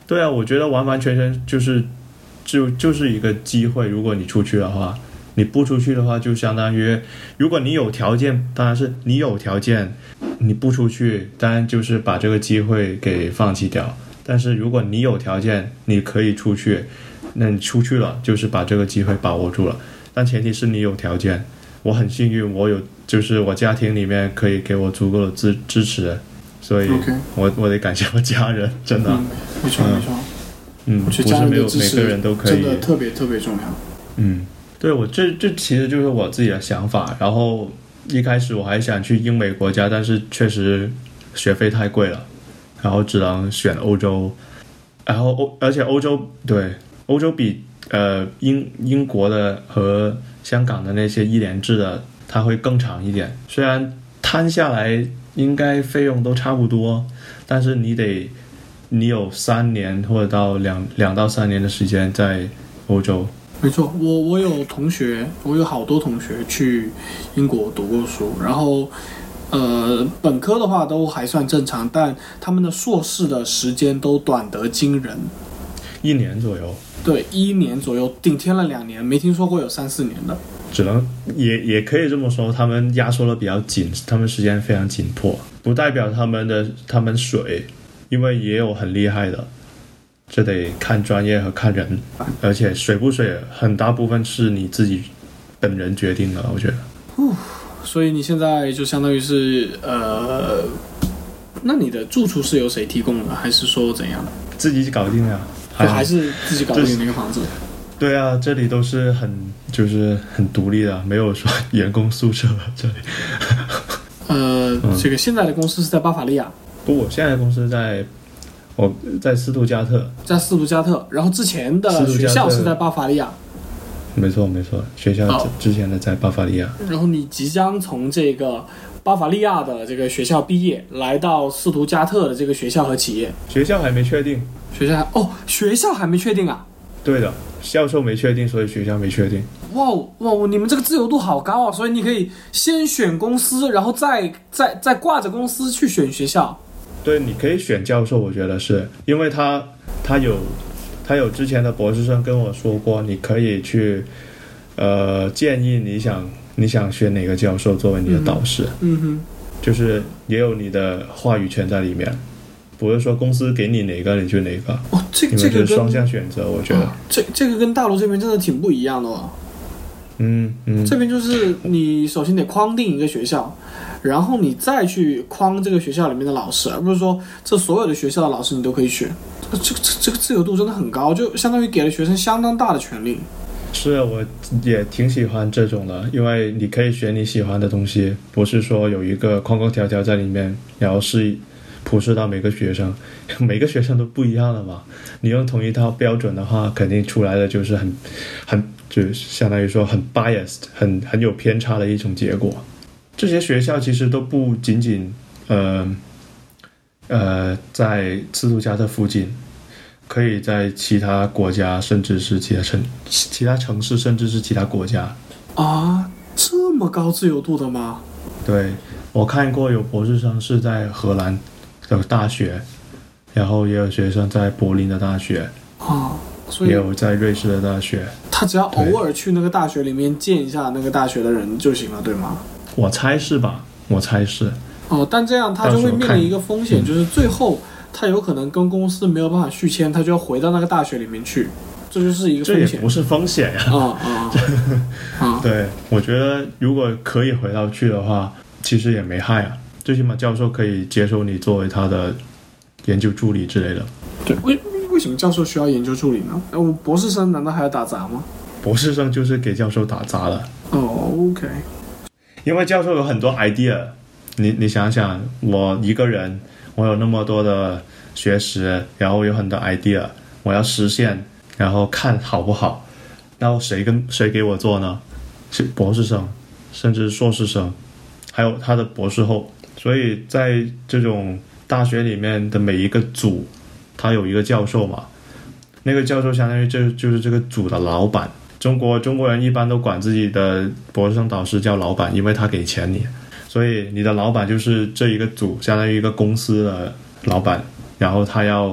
对啊，我觉得完完全全就是就就是一个机会，如果你出去的话，你不出去的话就相当于，如果你有条件，当然是你有条件，你不出去当然就是把这个机会给放弃掉，但是如果你有条件你可以出去，那你出去了就是把这个机会把握住了，但前提是你有条件。我很幸运，我有就是我家庭里面可以给我足够的支支持，所以我我得感谢我家人，真的。 嗯，没错没错。 嗯， 我觉得家人的支持不是每个人都可以， 真的特别特别重要。 嗯，对，我这这其实就是我自己的想法。然后一开始我还想去英美国家，但是确实学费太贵了，然后只能选欧洲。然后欧而且欧洲对欧洲比呃英英国的和香港的那些一年制的它会更长一点，虽然摊下来应该费用都差不多，但是你得你有三年或者到两两到三年的时间在欧洲。 没错，我我有同学，我有好多同学去英国读过书，然后呃本科的话都还算正常，但他们的硕士的时间都短得惊人， 一年左右。 对，一年左右，顶天了两年，没听说过有三四年的。 只能也也可以这么说，他们压缩的比较紧，他们时间非常紧迫，不代表他们的他们水，因为也有很厉害的，这得看专业和看人，而且水不水很大部分是你自己本人决定的，我觉得。 所以你现在就相当于是呃，那你的住处是由谁提供的，还是说怎样？ 自己搞定了。 就还是自己搞定那个房子。 对啊，这里都是很就是很独立的，没有说员工宿舍这里。 呃、嗯，这个现在的公司是在巴伐利亚。 不，我现在的公司在我在斯图加特， 在斯图加特，然后之前的学校是在巴伐利亚。 没错没错，学校之前的在巴伐利亚。 然后你即将从这个巴伐利亚的这个学校毕业，来到斯图加特的这个学校和企业。 学校还没确定。 学校还哦，学校还没确定啊？ 对的，教授没确定，所以学校没确定。 哇哇，你们这个自由度好高啊！所以你可以先选公司，然后再再再挂着公司去选学校。 对，你可以选教授，我觉得是因为他他有他有之前的博士生跟我说过，你可以去呃建议你想你想选哪个教授作为你的导师。 嗯哼，嗯哼， 就是也有你的话语权在里面。不是说公司给你哪个你就哪个哦，这这个是双向选择，我觉得、哦、 这这个跟大陆这边真的挺不一样的哦。 嗯嗯， 这边就是你首先得框定一个学校，然后你再去框这个学校里面的老师，而不是说这所有的学校的老师你都可以选。这个这个这个自由度真的很高，就相当于给了学生相当大的权利。 是，我也挺喜欢这种的，因为你可以选你喜欢的东西，不是说有一个框框条条在里面，然后是普世到每个学生，每个学生都不一样的嘛。你用同一套标准的话，肯定出来的就是很很就相当于说很 biased 很很有偏差的一种结果。这些学校其实都不仅仅呃呃在斯图加特附近，可以在其他国家，甚至是其他城其他城市，甚至是其他国家啊，这么高自由度的吗？ 对，我看过有博士生是在荷兰的大学，然后也有学生在柏林的大学啊，所以也有在瑞士的大学。 他只要偶尔去那个大学里面见一下那个大学的人就行了，对吗？ 我猜是吧？我猜是。 哦，但这样他就会面临一个风险，就是最后他有可能跟公司没有办法续签，他就要回到那个大学里面去，这就是一个风险。 这也不是风险呀。 啊啊啊！ 对，我觉得如果可以回到去的话，其实也没害啊。最起码教授可以接受你作为他的研究助理之类的。 对，为为什么教授需要研究助理呢？我博士生难道还要打杂吗？ 博士生就是给教授打杂的。 哦 ，OK。 因为教授有很多 idea， 你你想想，我一个人，我有那么多的学识，然后有很多 idea， 我要实现，然后看好不好，然后谁跟谁给我做呢？是博士生，甚至硕士生，还有他的博士后。所以在这种大学里面的每一个组，他有一个教授嘛，那个教授相当于就就是这个组的老板。中国中国人一般都管自己的博士生导师叫老板，因为他给钱你，所以你的老板就是这一个组，相当于一个公司的老板，然后他要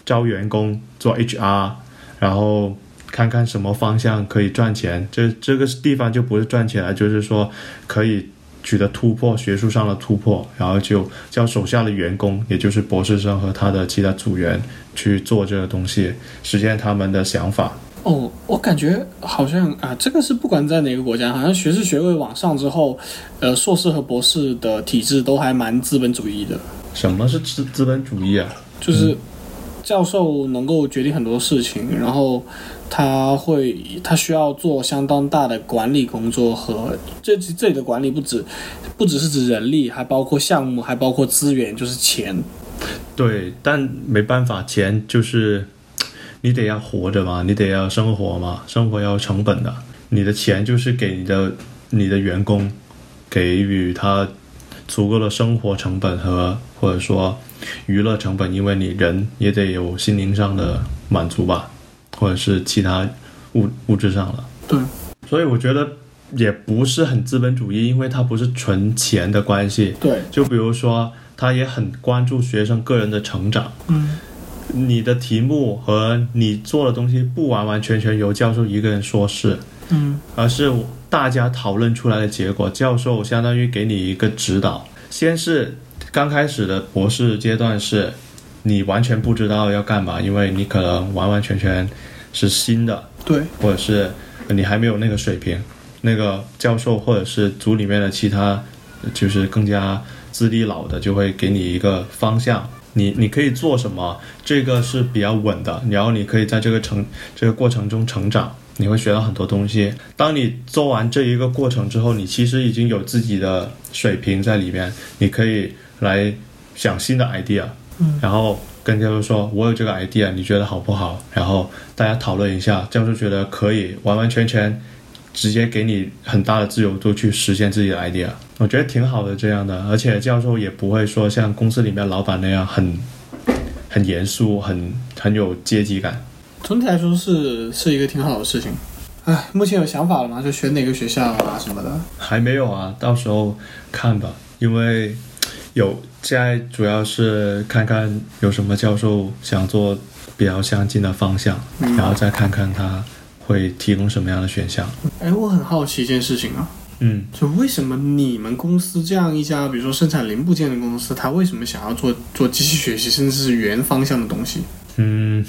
招员工做 H R， 然后看看什么方向可以赚钱，这这个地方就不是赚钱了，就是说可以取得突破，学术上的突破，然后就叫手下的员工，也就是博士生和他的其他组员去做这个东西，实现他们的想法。 哦，我感觉好像啊，这个是不管在哪个国家，好像学士学位往上之后，呃，硕士和博士的体制都还蛮资本主义的。 什么是资资本主义啊？ 就是教授能够决定很多事情，然后他会他需要做相当大的管理工作，和这这里的管理不止不只是指人力，还包括项目，还包括资源，就是钱。 对，但没办法，钱就是你得要活着嘛，你得要生活嘛，生活要有成本的。你的钱就是给你的你的员工，给予他足够的生活成本和或者说娱乐成本，因为你人也得有心灵上的满足吧，或者是其他物物质上的。 对， 所以我觉得也不是很资本主义，因为它不是纯钱的关系。 对， 就比如说他也很关注学生个人的成长。 嗯， 你的题目和你做的东西不完完全全由教授一个人说事， 嗯， 而是大家讨论出来的结果。教授相当于给你一个指导，先是刚开始的博士阶段是你完全不知道要干嘛，因为你可能完完全全是新的， 对， 或者是你还没有那个水平，那个教授或者是组里面的其他就是更加资历老的就会给你一个方向，你你可以做什么，这个是比较稳的，然后你可以在这个成这个过程中成长，你会学到很多东西。当你做完这一个过程之后，你其实已经有自己的水平在里面，你可以来想新的 idea， 嗯， 然后跟教授说我有这个 idea， 你觉得好不好，然后大家讨论一下，教授觉得可以，完完全全直接给你很大的自由度去实现自己的 idea， 我觉得挺好的这样的。而且教授也不会说像公司里面老板那样很很严肃，很很有阶级感。 总体来说是是一个挺好的事情。哎，目前有想法了吗？就选哪个学校啊什么的？ 还没有啊，到时候看吧。因为有现在主要是看看有什么教授想做比较相近的方向， 嗯， 然后再看看他会提供什么样的选项。 哎，我很好奇一件事情啊， 嗯， 就为什么你们公司这样一家比如说生产零部件的公司，它为什么想要做做机器学习，甚至是原方向的东西？ 嗯，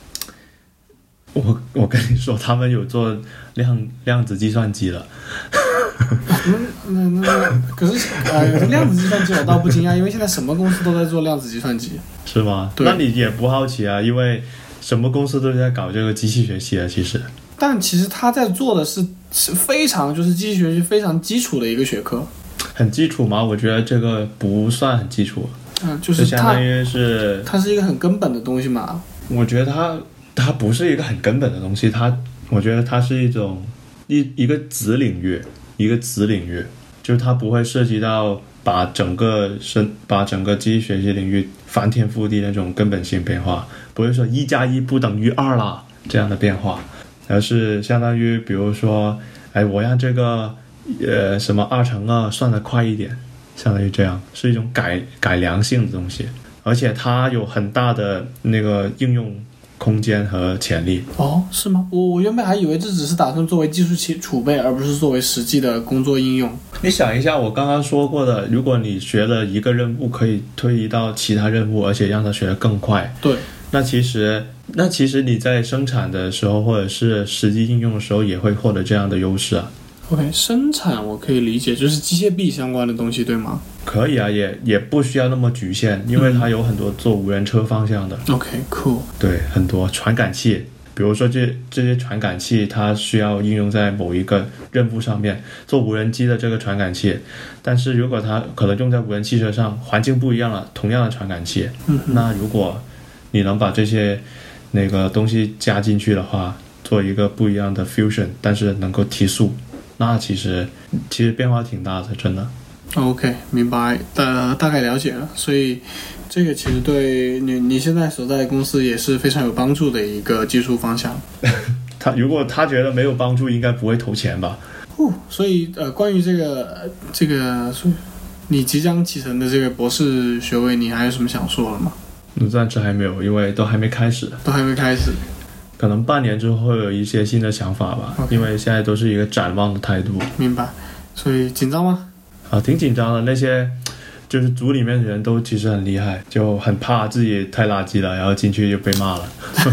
我我跟你说，他们有做量量子计算机了。 那那那可是呃，量子计算机我倒不惊讶，因为现在什么公司都在做量子计算机。 是吗？ 对， 那你也不好奇啊，因为什么公司都在搞这个机器学习啊，其实。 但其实他在做的是是非常就是机器学习非常基础的一个学科。 很基础吗？我觉得这个不算很基础。 嗯，就是相当于是它是一个很根本的东西嘛。 我觉得它它不是一个很根本的东西，它我觉得它是一种一一个子领域，一个子领域，就是它不会涉及到把整个生把整个机器学习领域翻天覆地那种根本性变化，不会说一加一不等于二啦这样的变化，而是相当于比如说，哎，我让这个呃什么二乘二算得快一点，相当于这样，是一种改改良性的东西，而且它有很大的那个应用空间和潜力。 哦，是吗？我我原本还以为这只是打算作为技术储储备，而不是作为实际的工作应用。 你想一下我刚刚说过的，如果你学了一个任务可以推移到其他任务，而且让它学得更快， 对， 那其实那其实你在生产的时候或者是实际应用的时候也会获得这样的优势啊。 OK， 生产我可以理解，就是机械臂相关的东西，对吗？ 可以啊，也也不需要那么局限，因为它有很多做无人车方向的。 嗯、OK， cool。 对，很多传感器，比如说这这些传感器，它需要应用在某一个任务上面，做无人机的这个传感器，但是如果它可能用在无人汽车上，环境不一样了，同样的传感器， 嗯、 那如果你能把这些那个东西加进去的话，做一个不一样的 fusion， 但是能够提速。那其实其实变化挺大的，真的。 OK， 明白，大大概了解了。所以这个其实对你你现在所在的公司也是非常有帮助的一个技术方向。 他如果他觉得没有帮助，应该不会投钱吧？ 哦，所以呃，关于这个这个你即将启程的这个博士学位，你还有什么想说的吗？ 暂时还没有，因为都还没开始， 都还没开始， 可能半年之后会有一些新的想法吧。Okay. 因为现在都是一个展望的态度。 明白。所以紧张吗？ 啊，挺紧张的。那些就是组里面的人都其实很厉害，就很怕自己太垃圾了，然后进去就被骂了。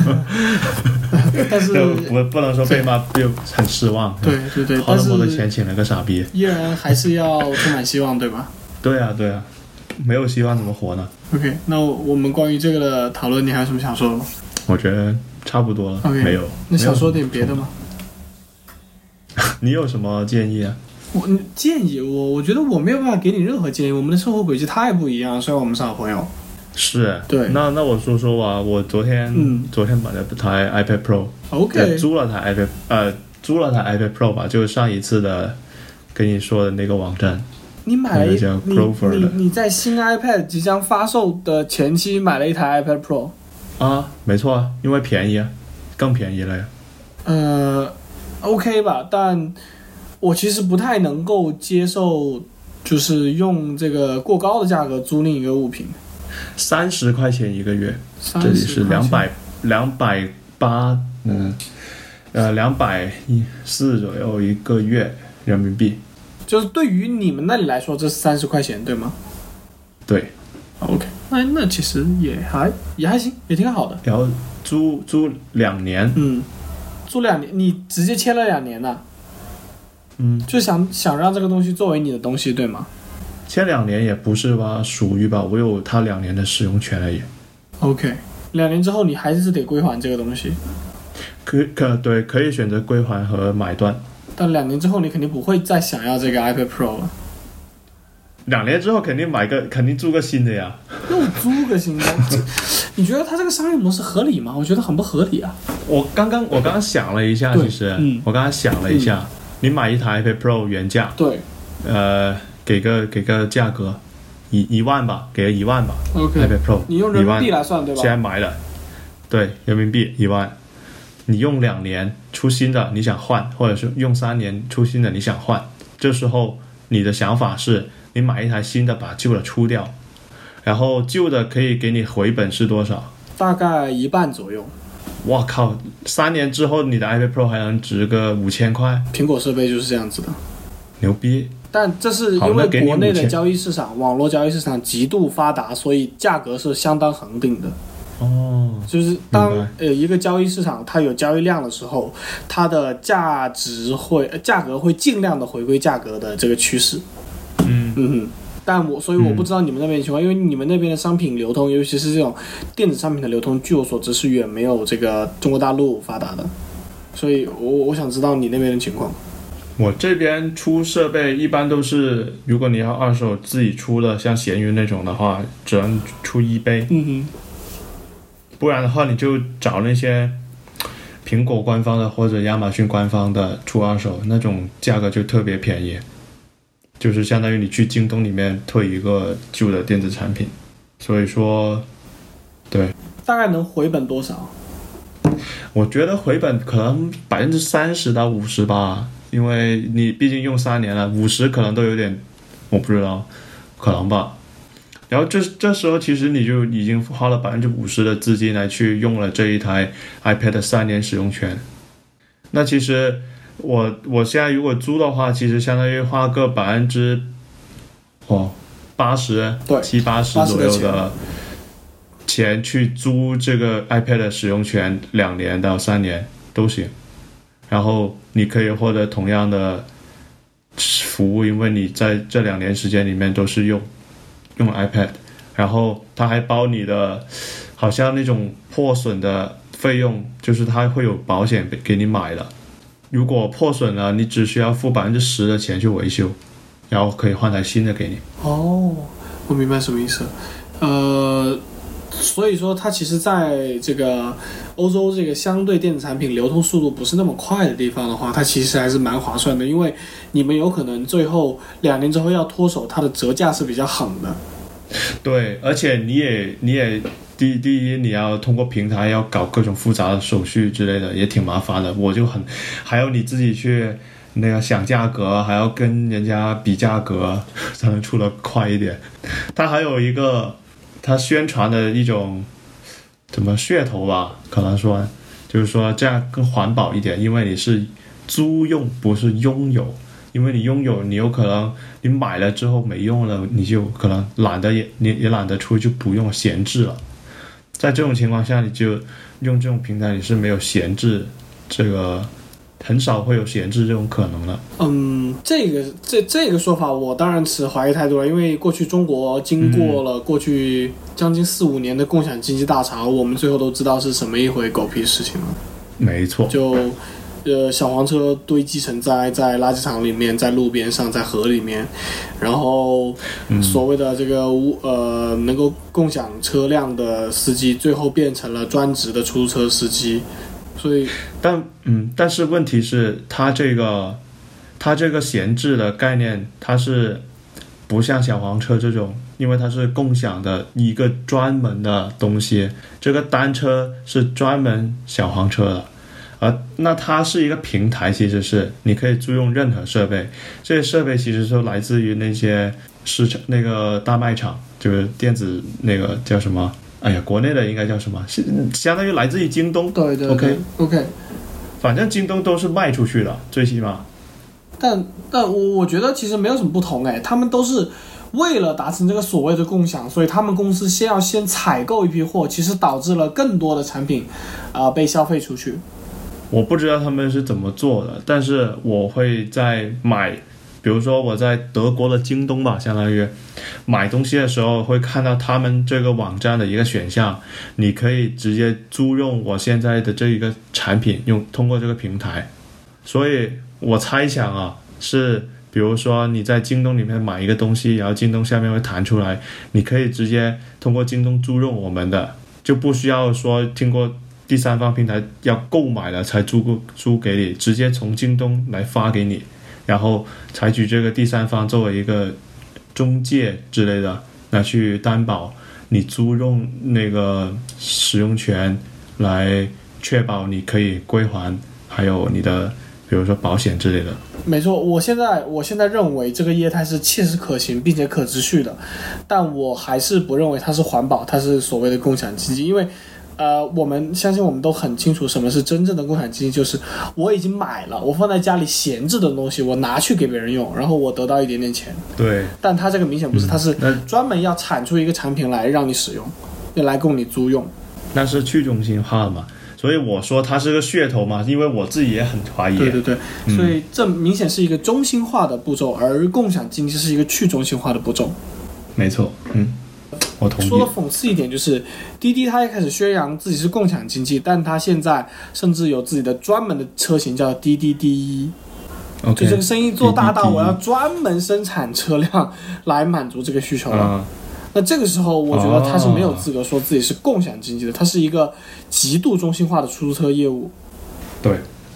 但是不不能说被骂就很失望。 对对对， 花那么多钱请了个傻逼， 依然还是要充满希望，对吧？ 对啊对啊，没有希望怎么活呢？ OK， 那我们关于这个的讨论你还有什么想说的吗？ 我觉得差不多了。 okay, 没有。 那想说点别的吗？ 你有什么建议啊？ 我建议我我觉得我没有办法给你任何建议，我们的生活轨迹太不一样，虽然我们是好朋友。 是， 对。 那那我说说吧，我昨天、嗯、昨天买了台 iPad Pro，OK，、okay. 租了台 iPad 呃租了台 iPad Pro 吧，就是上一次的跟你说的那个网站。 你买了一、那个、 叫 Clover 你你你在新 iPad 即将发售的前期买了一台 iPad Pro 啊？没错啊，因为便宜啊，更便宜了呀。 呃 OK 吧，但我其实不太能够接受就是用这个过高的价格租赁一个物品。 三十块钱一个月，这里是两百两百八嗯呃两百四左右一个月人民币。 就是对于你们那里来说，这是三十块钱，对吗？ 对。 OK， 那那其实也还也还行，也挺好的。 然后租租两年， 嗯，租两年，你直接签了两年呐、啊？ 嗯， 就想想让这个东西作为你的东西，对吗？ 签两年也不是吧，属于吧，我有它两年的使用权而已。 OK， 两年之后你还是得归还这个东西。 可可对，可以选择归还和买断。 但两年之后你肯定不会再想要这个 iPad Pro 了。 两年之后肯定买个，肯定租个新的呀。 又租个新的，你觉得它这个商业模式合理吗？我觉得很不合理啊。 我刚刚我刚刚想了一下，其实、嗯、我刚刚想了一下、嗯，你买一台 iPad Pro 原价， 对， 呃，给个给个价格，一一万吧，给个一万吧。 OK， iPad Pro 你用人民币来算对吧？ 现在买了，对，人民币一万。你用两年出新的你想换，或者是用三年出新的你想换，这时候你的想法是你买一台新的把旧的出掉，然后旧的可以给你回本是多少？ 大概一半左右。 哇靠，三年之后你的 iPad Pro 还能值个五千块？ 苹果设备就是这样子的， 牛逼。 但这是因为国内的交易市场网络交易市场极度发达，所以价格是相当恒定的。 哦， 就是当呃一个交易市场它有交易量的时候，它的价值会价格会尽量的回归价格的这个趋势。 嗯嗯，但我所以我不知道你们那边的情况、嗯，因为你们那边的商品流通，尤其是这种电子商品的流通，据我所知是远没有这个中国大陆发达的，所以我我想知道你那边的情况。 我这边出设备一般都是，如果你要二手自己出的，像闲鱼那种的话，只能出eBay。 嗯哼。 不然的话，你就找那些苹果官方的或者亚马逊官方的出二手，那种价格就特别便宜，就是相当于你去京东里面退一个旧的电子产品。所以说，对， 大概能回本多少？ 我觉得回本可能百分之三十到五十吧，因为你毕竟用三年了，五十可能都有点，我不知道，可能吧。然后这这时候其实你就已经花了百分之五十的资金来去用了这一台 iPad 的三年使用权。那其实我我现在如果租的话，其实相当于花个百分之哦八十七八十左右的钱去租这个 iPad 的使用权，两年到三年都行。然后你可以获得同样的服务，因为你在这两年时间里面都是用。用 iPad， 然后它还包你的好像那种破损的费用，就是它会有保险给你买的，如果破损了你只需要付百分之十的钱去维修，然后可以换台新的给你。 哦，我明白什么意思。呃所以说它其实在这个欧洲这个相对电子产品流通速度不是那么快的地方的话，它其实还是蛮划算的，因为你们有可能最后两年之后要脱手，它的折价是比较狠的。 对，而且你也你也第第一你要通过平台要搞各种复杂的手续之类的，也挺麻烦的。我就很还有你自己去那个想价格，还要跟人家比价格才能出得快一点。它还有一个他宣传的一种怎么噱头吧，可能说就是说这样更环保一点，因为你是租用不是拥有，因为你拥有你有可能你买了之后没用了，你就可能懒得也你也懒得出就不用闲置了，在这种情况下你就用这种平台你是没有闲置这个很少会有闲置这种可能了。 嗯，这个这这个说法我当然持怀疑态度了，因为过去中国经过了过去将近四五年的共享经济大潮，我们最后都知道是什么一回狗屁事情了。 没错， 就呃小黄车堆积成灾，在垃圾场里面，在路边上，在河里面，然后所谓的这个呃能够共享车辆的司机，最后变成了专职的出租车司机。所以， 但嗯，但是问题是，它这个，它这个闲置的概念，它是不像小黄车这种，因为它是共享的一个专门的东西。这个单车是专门小黄车的，而那它是一个平台，其实是你可以租用任何设备，这些设备其实都来自于那些市场那个大卖场，就是电子那个叫什么？哎呀，国内的应该叫什么？相当于来自于京东。 对对对 ，OK OK， 反正京东都是卖出去的，最起码。 但但我我觉得其实没有什么不同哎，他们都是为了达成这个所谓的共享，所以他们公司先要先采购一批货，其实导致了更多的产品啊、呃、被消费出去。 我不知道他们是怎么做的，但是我会在买，比如说我在德国的京东吧，相当于买东西的时候会看到他们这个网站的一个选项，你可以直接租用我现在的这一个产品，用通过这个平台。所以我猜想啊，是比如说你在京东里面买一个东西，然后京东下面会弹出来，你可以直接通过京东租用我们的，就不需要说经过第三方平台要购买了才租租给你，直接从京东来发给你，然后采取这个第三方作为一个中介之类的，来去担保你租用那个使用权，来确保你可以归还，还有你的比如说保险之类的。 没错，我现在我现在认为这个业态是切实可行并且可持续的，但我还是不认为它是环保，它是所谓的共享经济，因为呃，我们相信我们都很清楚什么是真正的共享经济，就是我已经买了，我放在家里闲置的东西，我拿去给别人用，然后我得到一点点钱。 对， 但它这个明显不是， 嗯、 它是专门要产出一个产品来让你使用，来供你租用。 那是去中心化嘛，所以我说它是个噱头嘛，因为我自己也很怀疑。 对对对，嗯、所以这明显是一个中心化的步骤，而共享经济是一个去中心化的步骤。 没错，嗯。我同意。 说的讽刺一点就是，滴滴它一开始宣扬自己是共享经济，但它现在甚至有自己的专门的车型叫滴滴第一。 Okay, 就这个生意做大到我要专门生产车辆来满足这个需求了。 嗯、 那这个时候，我觉得它是没有资格说自己是共享经济的，它是一个极度中心化的出租车业务。 对。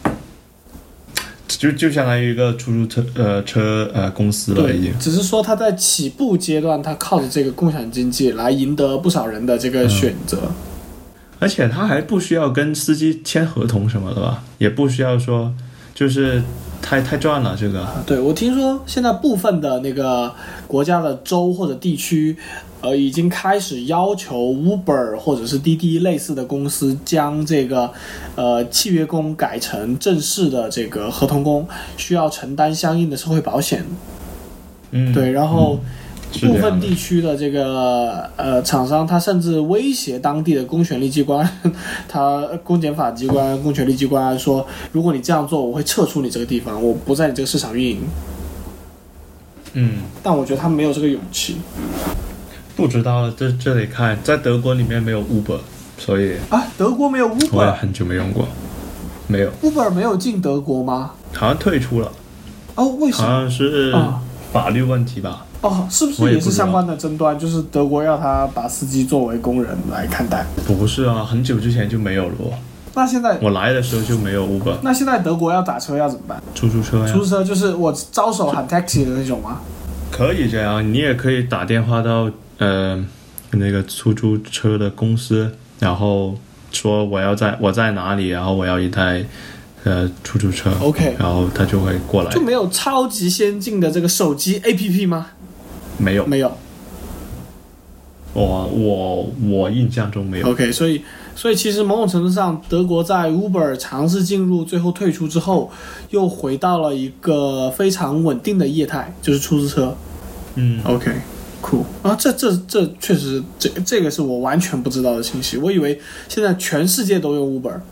就就相当于一个出租车呃车呃公司了已经， 只是说他在起步阶段，他靠着这个共享经济来赢得不少人的这个选择、嗯， 而且他还不需要跟司机签合同什么的吧，也不需要说就是太太赚了这个。 对，我听说现在部分的那个国家的州或者地区。呃，已经开始要求 Uber 或者是滴滴类似的公司将这个呃契约工改成正式的这个合同工，需要承担相应的社会保险。 嗯， 对，然后部分地区的的这个呃厂商，他甚至威胁当地的公权力机关，他公检法机关、公权力机关说，如果你这样做，我会撤出你这个地方，我不在你这个市场运营。 嗯， 但我觉得他没有这个勇气。 不知道了，这这得看，在德国里面没有 Uber， 所以啊，德国没有 Uber， 我也很久没用过，没有 Uber 没有进德国吗？ 好像退出了。 哦，为什么？ 好像是法律问题吧。 哦，是不是也是相关的争端？就是德国要他把司机作为工人来看待？ 不是啊，很久之前就没有了。 那现在我来的时候就没有 Uber。 那现在德国要打车要怎么办？ 出租车呀。 出租车就是我招手喊 taxi 的那种吗？ 可以这样，你也可以打电话到呃那个出租车的公司，然后说我要在我在哪里，然后我要一台呃出租车 ，OK， 然后他就会过来。 就没有超级先进的这个手机 A P P 吗？ 没有， 没有。 我我我印象中没有。 OK， 所以所以其实某种程度上，德国在 Uber 尝试进入最后退出之后，又回到了一个非常稳定的业态，就是出租车。 嗯 OK， 酷啊，这这这确实这这个是我完全不知道的信息，我以为现在全世界都用 Uber。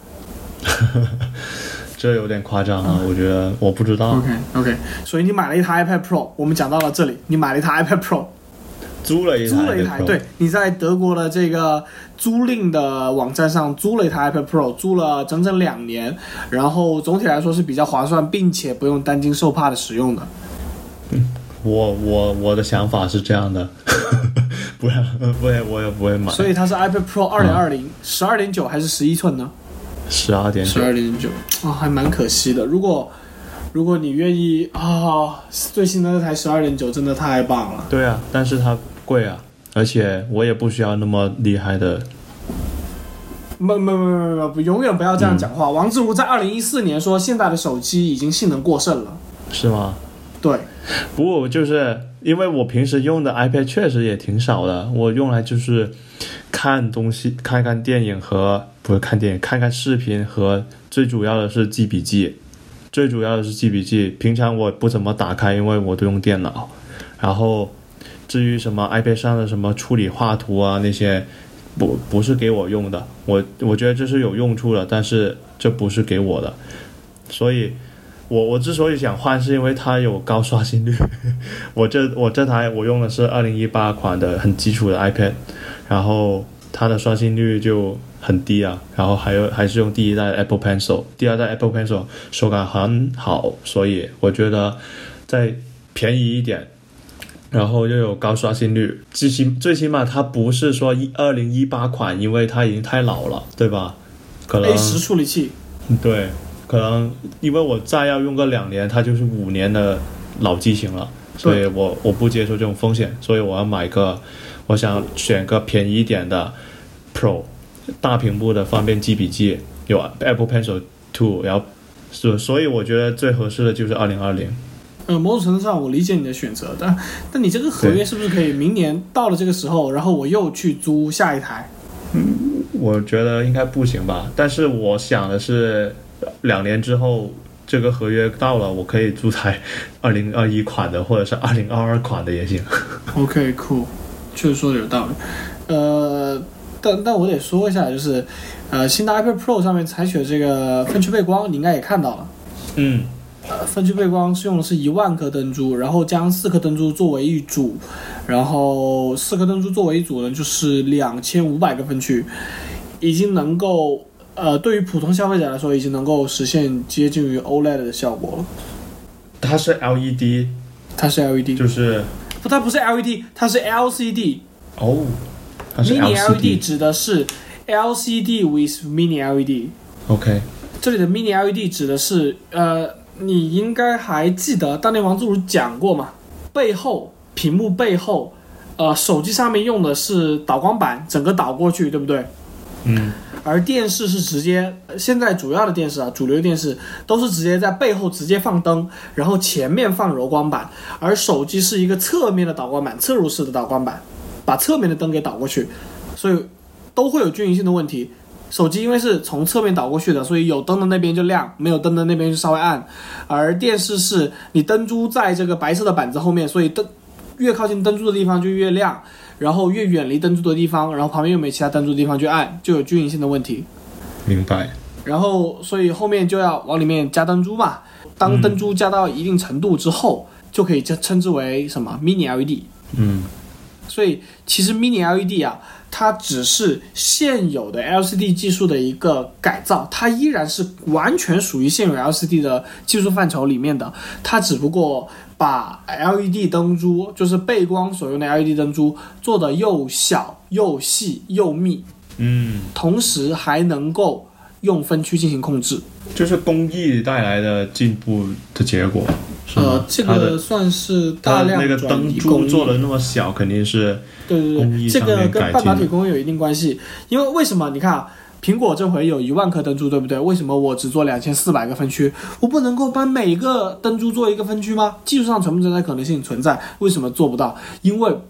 这有点夸张啊，我觉得我不知道。 OK OK， 所以你买了一台 iPad Pro， 我们讲到了这里，你买了一台 iPad Pro， 租了一台， 租了一台，对，你在德国的这个租赁的网站上租了一台 iPad Pro， 租了整整两年，然后总体来说是比较划算，并且不用担惊受怕的使用的。 嗯，我我我的想法是这样的，不然我也我也不会买。 所以它是 iPad Pro 二点二零，十二点九还是十一寸呢？ 十二点九， 十二点九啊，还蛮可惜的。如果如果你愿意啊，最新的那台十二点九真的太棒了。 对啊，但是它贵啊，而且我也不需要那么厉害的。 不不不不不，永远不要这样讲话。嗯、王自如在二零一四年说，现在的手机已经性能过剩了。 是吗？ 对。 不过就是因为我平时用的 iPad 确实也挺少的，我用来就是看东西，看看电影和不是看电影，看看视频和最主要的是记笔记。最主要的是记笔记，平常我不怎么打开，因为我都用电脑。然后至于什么 iPad 上的什么处理画图啊那些，不不是给我用的。我我觉得这是有用处的，但是这不是给我的。所以我我之所以想换，是因为它有高刷新率。我这我这台我用的是二零一八款的很基础的 iPad， 然后它的刷新率就很低啊，然后还有还是用第一代的 Apple Pencil， 第二代 Apple Pencil 手感很好，所以我觉得再便宜一点，然后又有高刷新率，最起最起码它不是说二零一八款，因为它已经太老了，对吧？可能 A 十 处理器， 对，可能因为我再要用个两年，它就是五年的老机型了，所以我我不接受这种风险，所以我要买个，我想选个便宜一点的 Pro。大屏幕的方便记笔记，有 Apple Pencil 二，然后所以我觉得最合适的就是二零二零。 呃，某种程度上我理解你的选择，但但你这个合约是不是可以明年到了这个时候，然后我又去租下一台？ 嗯，我觉得应该不行吧。但是我想的是，两年之后这个合约到了，我可以租台二零二一款的，或者是二零二二款的也行。 OK， cool， 确实说的有道理。呃。但但我得说一下，就是，呃，新的 iPad Pro 上面采取的这个分区背光，你应该也看到了。 嗯。 呃，分区背光是用的是一万颗灯珠，然后将四颗灯珠作为一组，然后四颗灯珠作为一组呢，就是两千五百个分区，已经能够，呃，对于普通消费者来说，已经能够实现接近于 O L E D 的效果了。 它是 L E D。 它是 L E D。 就是。 不，它不是 L E D， 它是 L C D。 哦。 Mini L E D 指的是 L C D with Mini L E D。OK， 这里的 Mini L E D 指的是，呃，你应该还记得当年王自如讲过嘛？背后屏幕背后，呃，手机上面用的是导光板，整个导过去，对不对？ 嗯。 而电视是直接，现在主要的电视啊，主流电视都是直接在背后直接放灯，然后前面放柔光板，而手机是一个侧面的导光板，侧入式的导光板。把侧面的灯给导过去，所以都会有均匀性的问题。手机因为是从侧面导过去的，所以有灯的那边就亮，没有灯的那边就稍微暗。而电视是你灯珠在这个白色的板子后面，所以灯越靠近灯珠的地方就越亮，然后越远离灯珠的地方，然后旁边又没其他灯珠的地方就暗，就有均匀性的问题。 明白。 然后所以后面就要往里面加灯珠嘛，当灯珠加到一定程度之后，嗯、就可以称之为什么 Mini L E D。 嗯。 所以其实 Mini L E D 啊，它只是现有的 L C D 技术的一个改造，它依然是完全属于现有 L C D 的技术范畴里面的，它只不过把 L E D 灯珠，就是背光所用的 L E D 灯珠做得又小又细又密， 嗯， 同时还能够用分区进行控制， 就是工艺带来的进步的结果。 呃，这个算是大量那个灯珠做的那么小，肯定是对对对，这个跟半导体工艺有一定关系。因为为什么你看啊，苹果这回有一万颗灯珠，对不对？为什么我只做两千四百个分区？我不能够把每个灯珠做一个分区吗？技术上存不存在可能性存在？为什么做不到？因为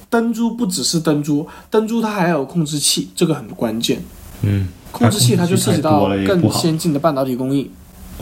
灯珠不只是灯珠，灯珠它还有控制器，这个很关键。 嗯， 控制器它就涉及到更先进的半导体工艺。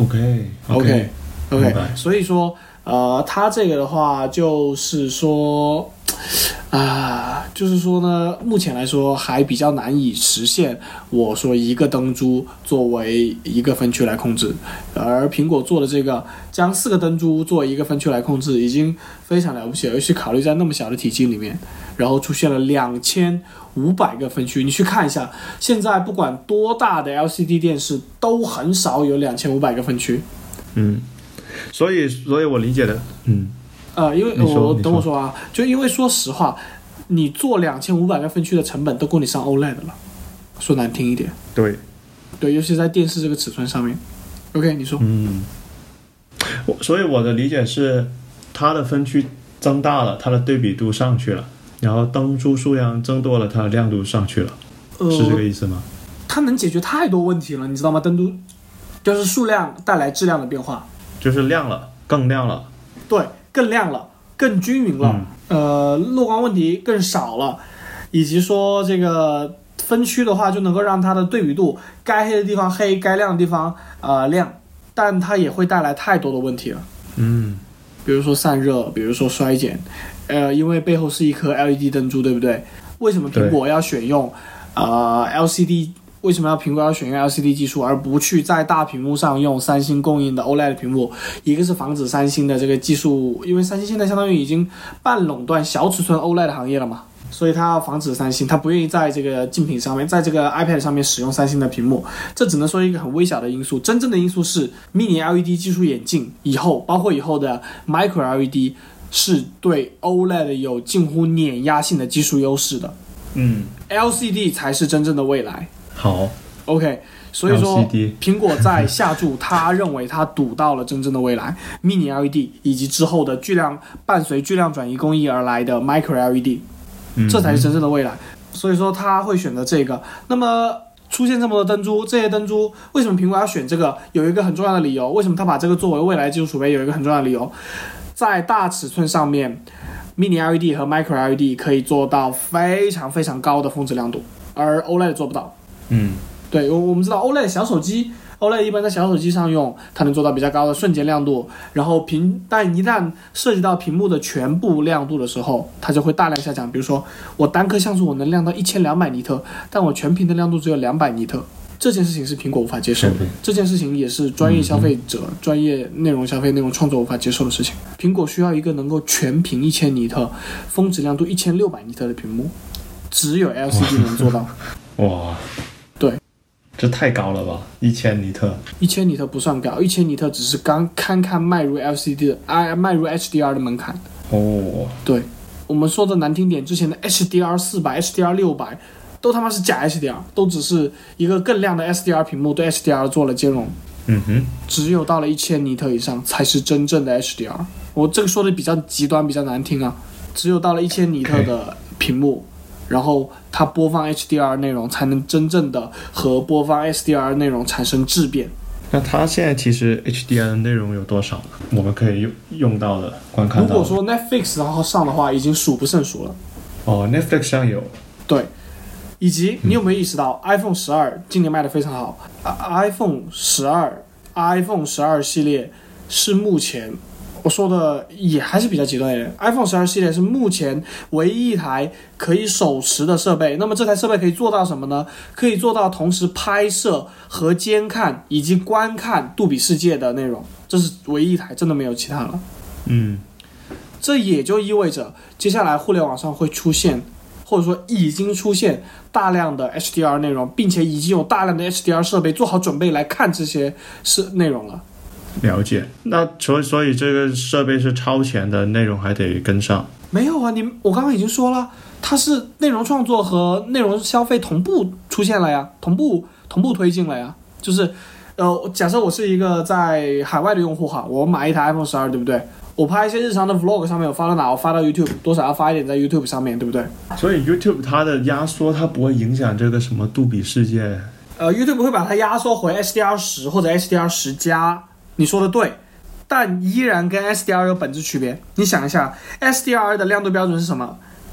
OK OK OK， 所以说呃，它这个的话就是说。啊，就是说呢，目前来说还比较难以实现我说一个灯珠作为一个分区来控制，而苹果做的这个将四个灯珠作为一个分区来控制已经非常了不起了，尤其考虑在那么小的体积里面，然后出现了两千五百个分区。你去看一下，现在不管多大的 L C D 电视都很少有两千五百个分区。 嗯，所以所以我理解的，嗯。 呃，因为我等我说啊，就因为说实话，你做两千五百个分区的成本都够你上 O L E D 了，说难听一点。 对， 对，尤其在电视这个尺寸上面。OK， 你说。 嗯，我所以我的理解是，它的分区增大了，它的对比度上去了，然后灯珠数量增多了，它的亮度上去了，呃、是这个意思吗？ 它能解决太多问题了，你知道吗？灯珠就是数量带来质量的变化， 就是亮了，更亮了。 对。更亮了，更均匀了，嗯、呃，漏光问题更少了，以及说这个分区的话，就能够让它的对比度该黑的地方黑，该亮的地方呃亮，但它也会带来太多的问题了。 嗯， 比如说散热，比如说衰减，呃，因为背后是一颗 L E D 灯珠，对不对？为什么苹果要选用呃 L C D？为什么要苹果要选用 L C D 技术，而不去在大屏幕上用三星供应的 O L E D 屏幕？一个是防止三星的这个技术，因为三星现在相当于已经半垄断小尺寸 O L E D 行业了嘛，所以它要防止三星，它不愿意在这个竞品上面，在这个 iPad 上面使用三星的屏幕。这只能说一个很微小的因素，真正的因素是 Mini L E D 技术演进以后，包括以后的 Micro L E D 是对 O L E D 有近乎碾压性的技术优势的。 嗯 ，L C D 才是真正的未来。 好 ，OK， 所以说苹果在下注，他认为他赌到了真正的未来 ，Mini L E D 以及之后的巨量伴随巨量转移工艺而来的 Micro L E D， 这才是真正的未来。所以说他会选择这个。那么出现这么多灯珠，这些灯珠为什么苹果要选这个？有一个很重要的理由。为什么他把这个作为未来技术储备？有一个很重要的理由，在大尺寸上面 ，Mini L E D 和 Micro L E D 可以做到非常非常高的峰值亮度，而 O L E D 做不到。 嗯， 对，我们知道 O L E D 小手机 ，O L E D 一般在小手机上用，它能做到比较高的瞬间亮度，然后屏，但一旦涉及到屏幕的全部亮度的时候，它就会大量下降。比如说，我单颗像素我能亮到一千两百尼特，但我全屏的亮度只有两百尼特，这件事情是苹果无法接受的，这件事情也是专业消费者、嗯、专业内容消费、内容创作无法接受的事情。苹果需要一个能够全屏一千尼特、峰值亮度一千六百尼特的屏幕，只有 L C D 能做到。 哇， 对， 这太高了吧！一千尼特， 一千尼特不算高，一千尼特只是刚堪堪迈入 L C D 的，哎，迈入 H D R 的门槛。 哦， 对，我们说的难听点，之前的 H D R 四百、H D R 六百都他妈是假 H D R， 都只是一个更亮的 S D R 屏幕对 H D R 做了兼容。 嗯哼， 只有到了一千尼特以上才是真正的 H D R。我这个说的比较极端，比较难听啊。只有到了一千尼特的屏幕。Okay.然后它播放 H D R 内容才能真正的和播放 S D R 内容产生质变。 那它现在其实 H D R 的内容有多少？我们可以用用到的观看到的。 如果说 Netflix 然后上的话，已经数不胜数了。 哦 ，Netflix 上有。 对，以及你有没有意识到、嗯、iPhone 十二今年卖得非常好、啊、？iPhone 十二 ，iPhone 十二系列是目前。我说的也还是比较极端一点 ，iPhone 十二系列是目前唯一一台可以手持的设备。那么这台设备可以做到什么呢？可以做到同时拍摄和监看以及观看杜比世界的内容，这是唯一一台，真的没有其他了。 嗯， 这也就意味着接下来互联网上会出现，或者说已经出现大量的 H D R 内容，并且已经有大量的 H D R 设备做好准备来看这些是内容了。 了解，那所以所以这个设备是超前的，内容还得跟上。 没有啊，你我刚刚已经说了，它是内容创作和内容消费同步出现了呀，同步同步推进了呀。就是，呃，假设我是一个在海外的用户哈，我买一台 iPhone 十二，对不对？我拍一些日常的 vlog 上面，我发到哪？我发到 YouTube， 多少要发一点在 YouTube 上面，对不对？ 所以 YouTube 它的压缩，它不会影响这个什么杜比世界。 呃 ，YouTube 会把它压缩回 H D R 十或者 H D R 十加。你说的对，但依然跟 S D R 有本质区别。你想一下 ，S D R 的亮度标准是什么？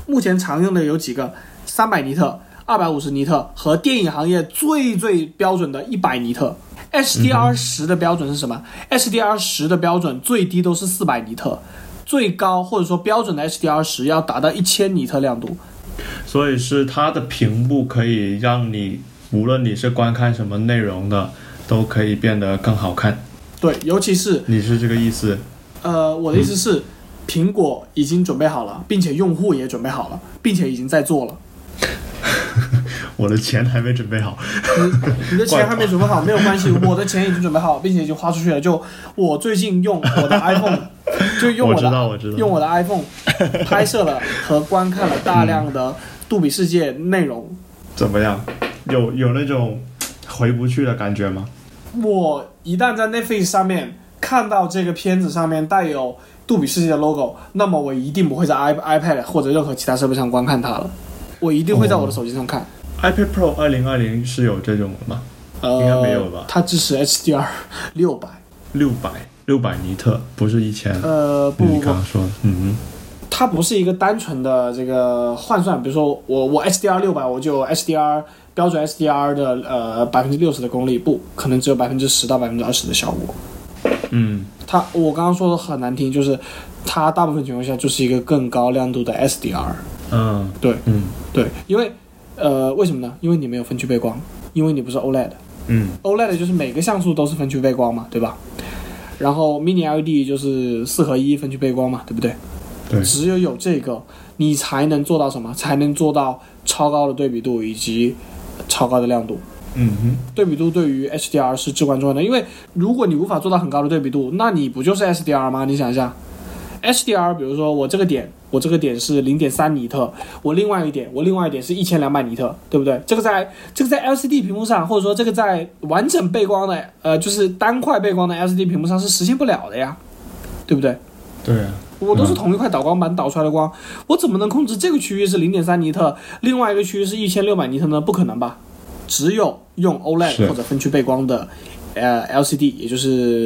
目前常用的有几个，三百尼特、二百五十尼特和电影行业最最标准的一百尼特。H D R 十 的标准是什么、嗯、H D R 十 的标准最低都是四百尼特，最高或者说标准的 H D R 十 要达到一千尼特亮度。 所以是它的屏幕可以让你无论你是观看什么内容的都可以变得更好看。 对，尤其是你是这个意思？ 呃，我的意思是、嗯、苹果已经准备好了，并且用户也准备好了，并且已经在做了。 我的钱还没准备好。 你, 你的钱还没准备好没有关系，我的钱已经准备好，并且已经花出去了。就我最近用我的 iPhone 就用我的我知道我知道用我的 iPhone 拍摄了和观看了大量的杜比世界内容、嗯、 怎么样？有有那种回不去的感觉吗？ 我一旦在 Netflix 上面看到这个片子上面带有杜比世界的 logo， 那么我一定不会在 iPad 或者任何其他设备上观看它了，我一定会在我的手机上看。 哦、iPad Pro 二零二零是有这种的吗？呃，应该没有吧？ 它支持 H D R 六百， 六百六百尼特，不是一千。 呃，不， 你刚刚说的，嗯， 它不是一个单纯的这个换算，比如说我我 H D R 六百，我就 H D R 标准 H D R 的呃百分之六十的功力，不可能只有百分之十到百分之二十的效果。 嗯， 它我刚刚说的很难听，就是它大部分情况下就是一个更高亮度的 S D R。 嗯， 对， 嗯， 对，因为呃为什么呢？因为你没有分区背光，因为你不是 O L E D。 嗯 ，O L E D 就是每个像素都是分区背光嘛，对吧？然后 Mini L E D 就是四合一分区背光嘛，对不对？ 对， 只有有这个，你才能做到什么？才能做到超高的对比度以及超高的亮度。 嗯哼， 对比度对于 H D R 是至关重要的，因为如果你无法做到很高的对比度，那你不就是 S D R 吗？你想一下 ，H D R， 比如说我这个点，我这个点是 零点三尼特，我另外一点，我另外一点是一千两百尼特，对不对？这个在这个在 L C D 屏幕上，或者说这个在完整背光的，呃，就是单块背光的 L C D 屏幕上是实现不了的呀，对不对？ 对啊。 我都是同一块导光板导出来的光，我怎么能控制这个区域是 零点三尼特，另外一个区域是一千六百尼特呢？不可能吧？只有用 O L E D 或者分区背光的呃 L C D， 也就是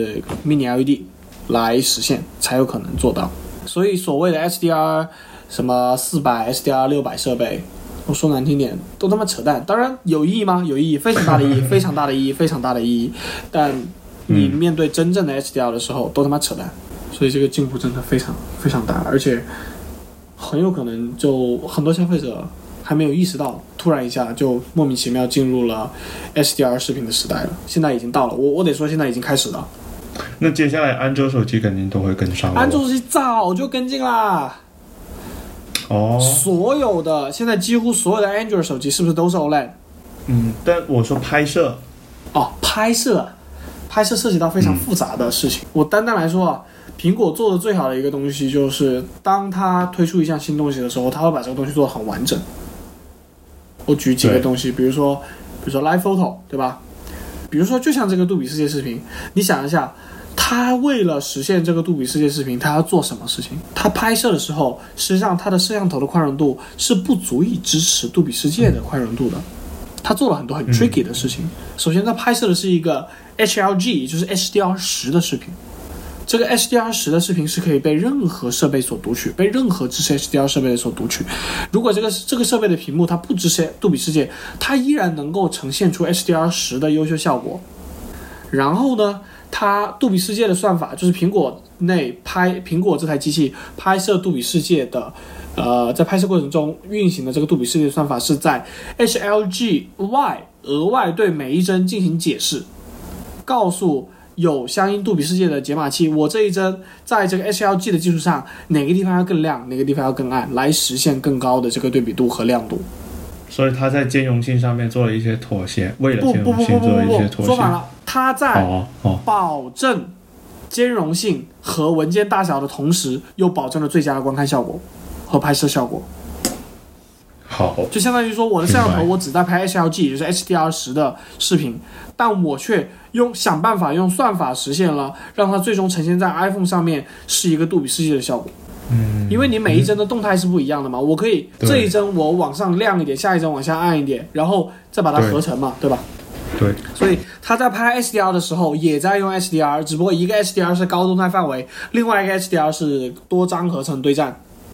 Mini L E D 来实现才有可能做到。所以所谓的 H D R 什么四百 H D R 六百设备，我说难听点都他妈扯淡。当然有意义吗？有意义，非常大的意义，非常大的意义，非常大的意义。但你面对真正的 H D R 的时候，都他妈扯淡。所以这个进步真的非常非常大，而且很有可能就很多消费者还没有意识到，突然一下就莫名其妙进入了 H D R 视频的时代了。现在已经到了，我我得说现在已经开始了。 那接下来安卓手机肯定都会跟上了。 安卓手机早就跟进啦。 哦。 所有的现在几乎所有的 Android 手机是不是都是 O L E D？ 嗯，但我说拍摄。 哦，拍摄，拍摄涉及到非常复杂的事情。嗯、我单单来说啊。苹果做的最好的一个东西就是，当它推出一项新东西的时候，它会把这个东西做得很完整。我举几个东西，比如说，比如说 Live Photo， 对吧？比如说，就像这个杜比世界视频，你想一下，它为了实现这个杜比世界视频，它要做什么事情？它拍摄的时候，实际上它的摄像头的宽容度是不足以支持杜比世界的宽容度的。它做了很多很 tricky 的事情。嗯、首先，它拍摄的是一个 H L G， 就是 H D R 十 的视频。这个 H D R 十 的视频是可以被任何设备所读取，被任何支持 H D R 设备所读取。如果这个这个设备的屏幕它不支持杜比世界，它依然能够呈现出 H D R 十 的优秀效果。然后呢，它杜比世界的算法就是苹果内拍苹果这台机器拍摄杜比世界的，呃，在拍摄过程中运行的这个杜比世界的算法是在 H L G Y 额外对每一帧进行解释，告诉有相应杜比世界的解码器，我这一帧在这个 H L G 的基础上，哪个地方要更亮，哪个地方要更暗，来实现更高的这个对比度和亮度。 所以它在兼容性上面做了一些妥协，为了兼容性做了一些妥协。 说反了，它在保证兼容性和文件大小的同时，又保证了最佳的观看效果和拍摄效果。 好， 就相当于说，我的摄像头我只在拍 H L G， 也就是 H D R 十 的视频，但我却用想办法用算法实现了，让它最终呈现在 iPhone 上面是一个杜比世界的效果。嗯，因为你每一帧的动态是不一样的嘛，我可以这一帧我往上亮一点，下一帧往下暗一点，然后再把它合成嘛， 对, 对吧？ 对。 所以他在拍 H D R 的时候也在用 H D R， 只不过一个 H D R 是高动态范围，另外一个 H D R 是多张合成对战。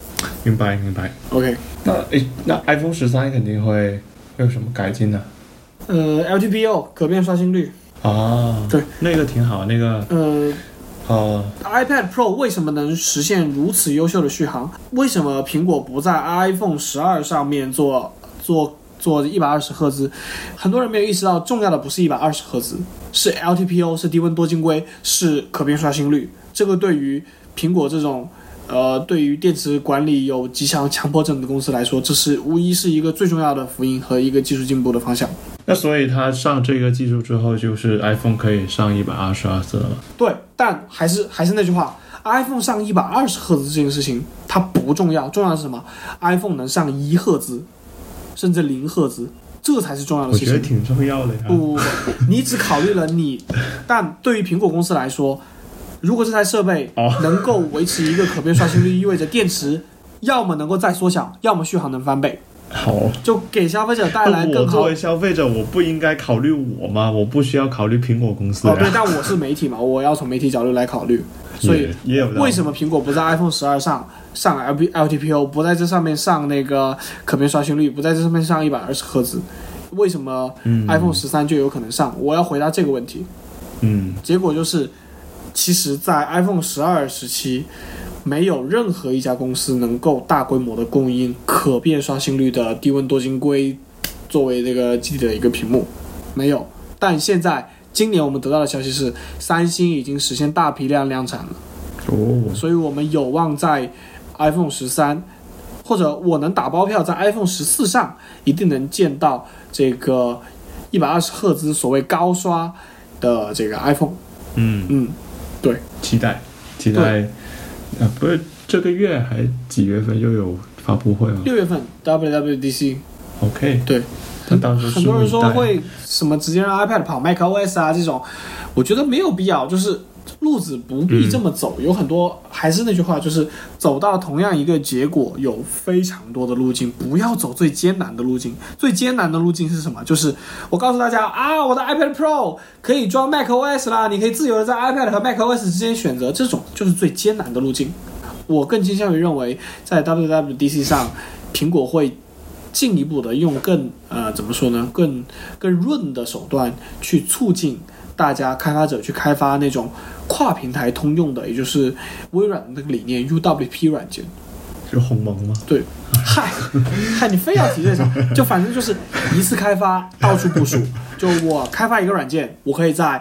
明白明白。 OK， 那诶，那 iPhone 十三肯定会有什么改进呢？ 呃 L T P O 可变刷新率啊， 对， 那个挺好，那个呃哦、 iPad Pro 为什么能实现如此优秀的续航？为什么苹果不在 iPhone 十二上面做做做一百二十赫兹？很多人没有意识到，重要的不是一百二十赫兹，是 L T P O， 是低温多晶硅，是可变刷新率。这个对于苹果这种呃对于电池管理有极强强迫症的公司来说，这是无疑是一个最重要的福音和一个技术进步的方向。 那所以它上这个技术之后，就是 iPhone 可以上一百二十赫兹了吗？ 对，但还是还是那句话 ，iPhone 上一百二十赫兹这件事情它不重要，重要的是什么 ？iPhone 能上一赫兹，甚至零赫兹，这才是重要的事情。 我觉得挺重要的呀。 不不不，你只考虑了你，但对于苹果公司来说，如果这台设备能够维持一个可变刷新率，意味着电池要么能够再缩小，要么续航能翻倍。 好， 就给消费者带来更好。 我作为消费者，我不应该考虑我吗？我不需要考虑苹果公司呀。 哦，对，但我是媒体嘛，我要从媒体角度来考虑。所以也有为什么苹果不在 iPhone 十二上上 L T P O， 不在这上面上那个可变刷新率，不在这上面上一百二十赫兹？为什么 iPhone 十三就有可能上？嗯、我要回答这个问题。 嗯， 结果就是，其实，在 iPhone 十二时期。没有任何一家公司能够大规模的供应可变刷新率的低温多晶硅作为这个基底的一个屏幕，没有。但现在今年我们得到的消息是，三星已经实现大批量量产了。 哦， 所以我们有望在 iPhone 十三，或者我能打包票在 iPhone 十四上一定能见到这个一百二十赫兹所谓高刷的这个 iPhone。 嗯嗯，对， 期待期待。啊，不是这个月还几月份又有发布会吗？ 六月份 W W D C。OK， 对， 很很多人说会什么直接让 iPad 跑 macOS 啊这种，我觉得没有必要，就是路子不必这么走。嗯、有很多还是那句话，就是走到同样一个结果有非常多的路径，不要走最艰难的路径。最艰难的路径是什么？就是我告诉大家啊，我的 iPad Pro 可以装 macOS 啦，你可以自由的在 iPad 和 macOS 之间选择，这种就是最艰难的路径。我更倾向于认为，在 W W D C 上，苹果会进一步的用更呃怎么说呢，更更润的手段去促进大家开发者去开发那种跨平台通用的，也就是微软的那个理念 U W P 软件。 就鸿蒙吗？ 对，嗨嗨，你非要提这种，就反正就是一次开发，到处部署。就我开发一个软件，我可以在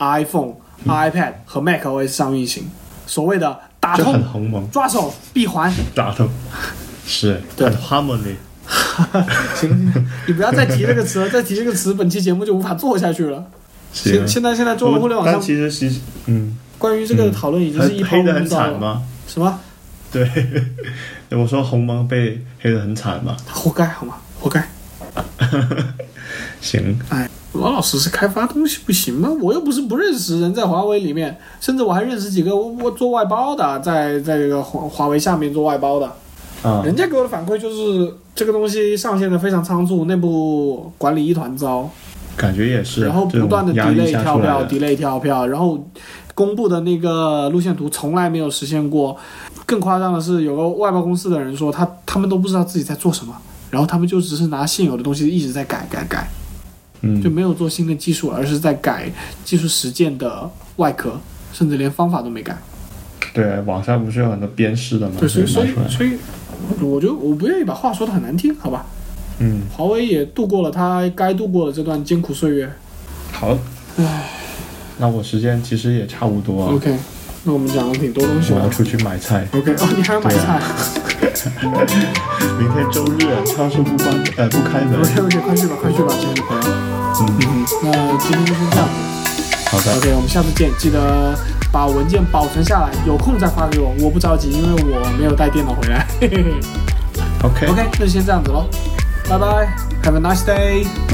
iPhone、iPad 和 macOS 上运行。所谓的打通， 很鸿蒙， 抓手闭环， 打通，是， 对 ，harmony。 行，你不要再提这个词了，再提这个词，本期节目就无法做下去了。现现在现在中国互联网上， 但其实其实，嗯， 关于这个讨论已经是一泡黑得很惨吗？ 什么？ 对，我说鸿蒙被黑得很惨嘛， 活该好吗？活该。 行， 哎，老老实实开发东西不行吗？我又不是不认识人，在华为里面，甚至我还认识几个我我做外包的，在在这个华华为下面做外包的。 啊， 人家给我的反馈就是这个东西上线的非常仓促，内部管理一团糟， 感觉也是， 然后不断的 delay 跳票 delay 跳票，然后公布的那个路线图从来没有实现过。更夸张的是，有个外包公司的人说他他们都不知道自己在做什么，然后他们就只是拿现有的东西一直在改改改， 嗯， 就没有做新的技术，而是在改技术实践的外壳，甚至连方法都没改。 对，网上不是有很多鞭尸的吗？ 对，所以所以所以，我觉得我不愿意把话说得很难听，好吧？ 嗯， 华为也度过了他该度过的这段艰苦岁月。 好，唉，那我时间其实也差不多。 OK， 那我们讲了挺多东西了。 我要出去买菜。 OK， 哦，你还要买菜？ 明天周日，超市不关，呃，不开门。 OK OK， 快去吧，快去吧，亲爱的朋友。嗯嗯，那今天就先这样子。 好的。 OK， 我们下次见，记得把文件保存下来，有空再发给我，我不着急，因为我没有带电脑回来。 OK OK， 那就先这样子咯，拜拜 ，Have a nice day。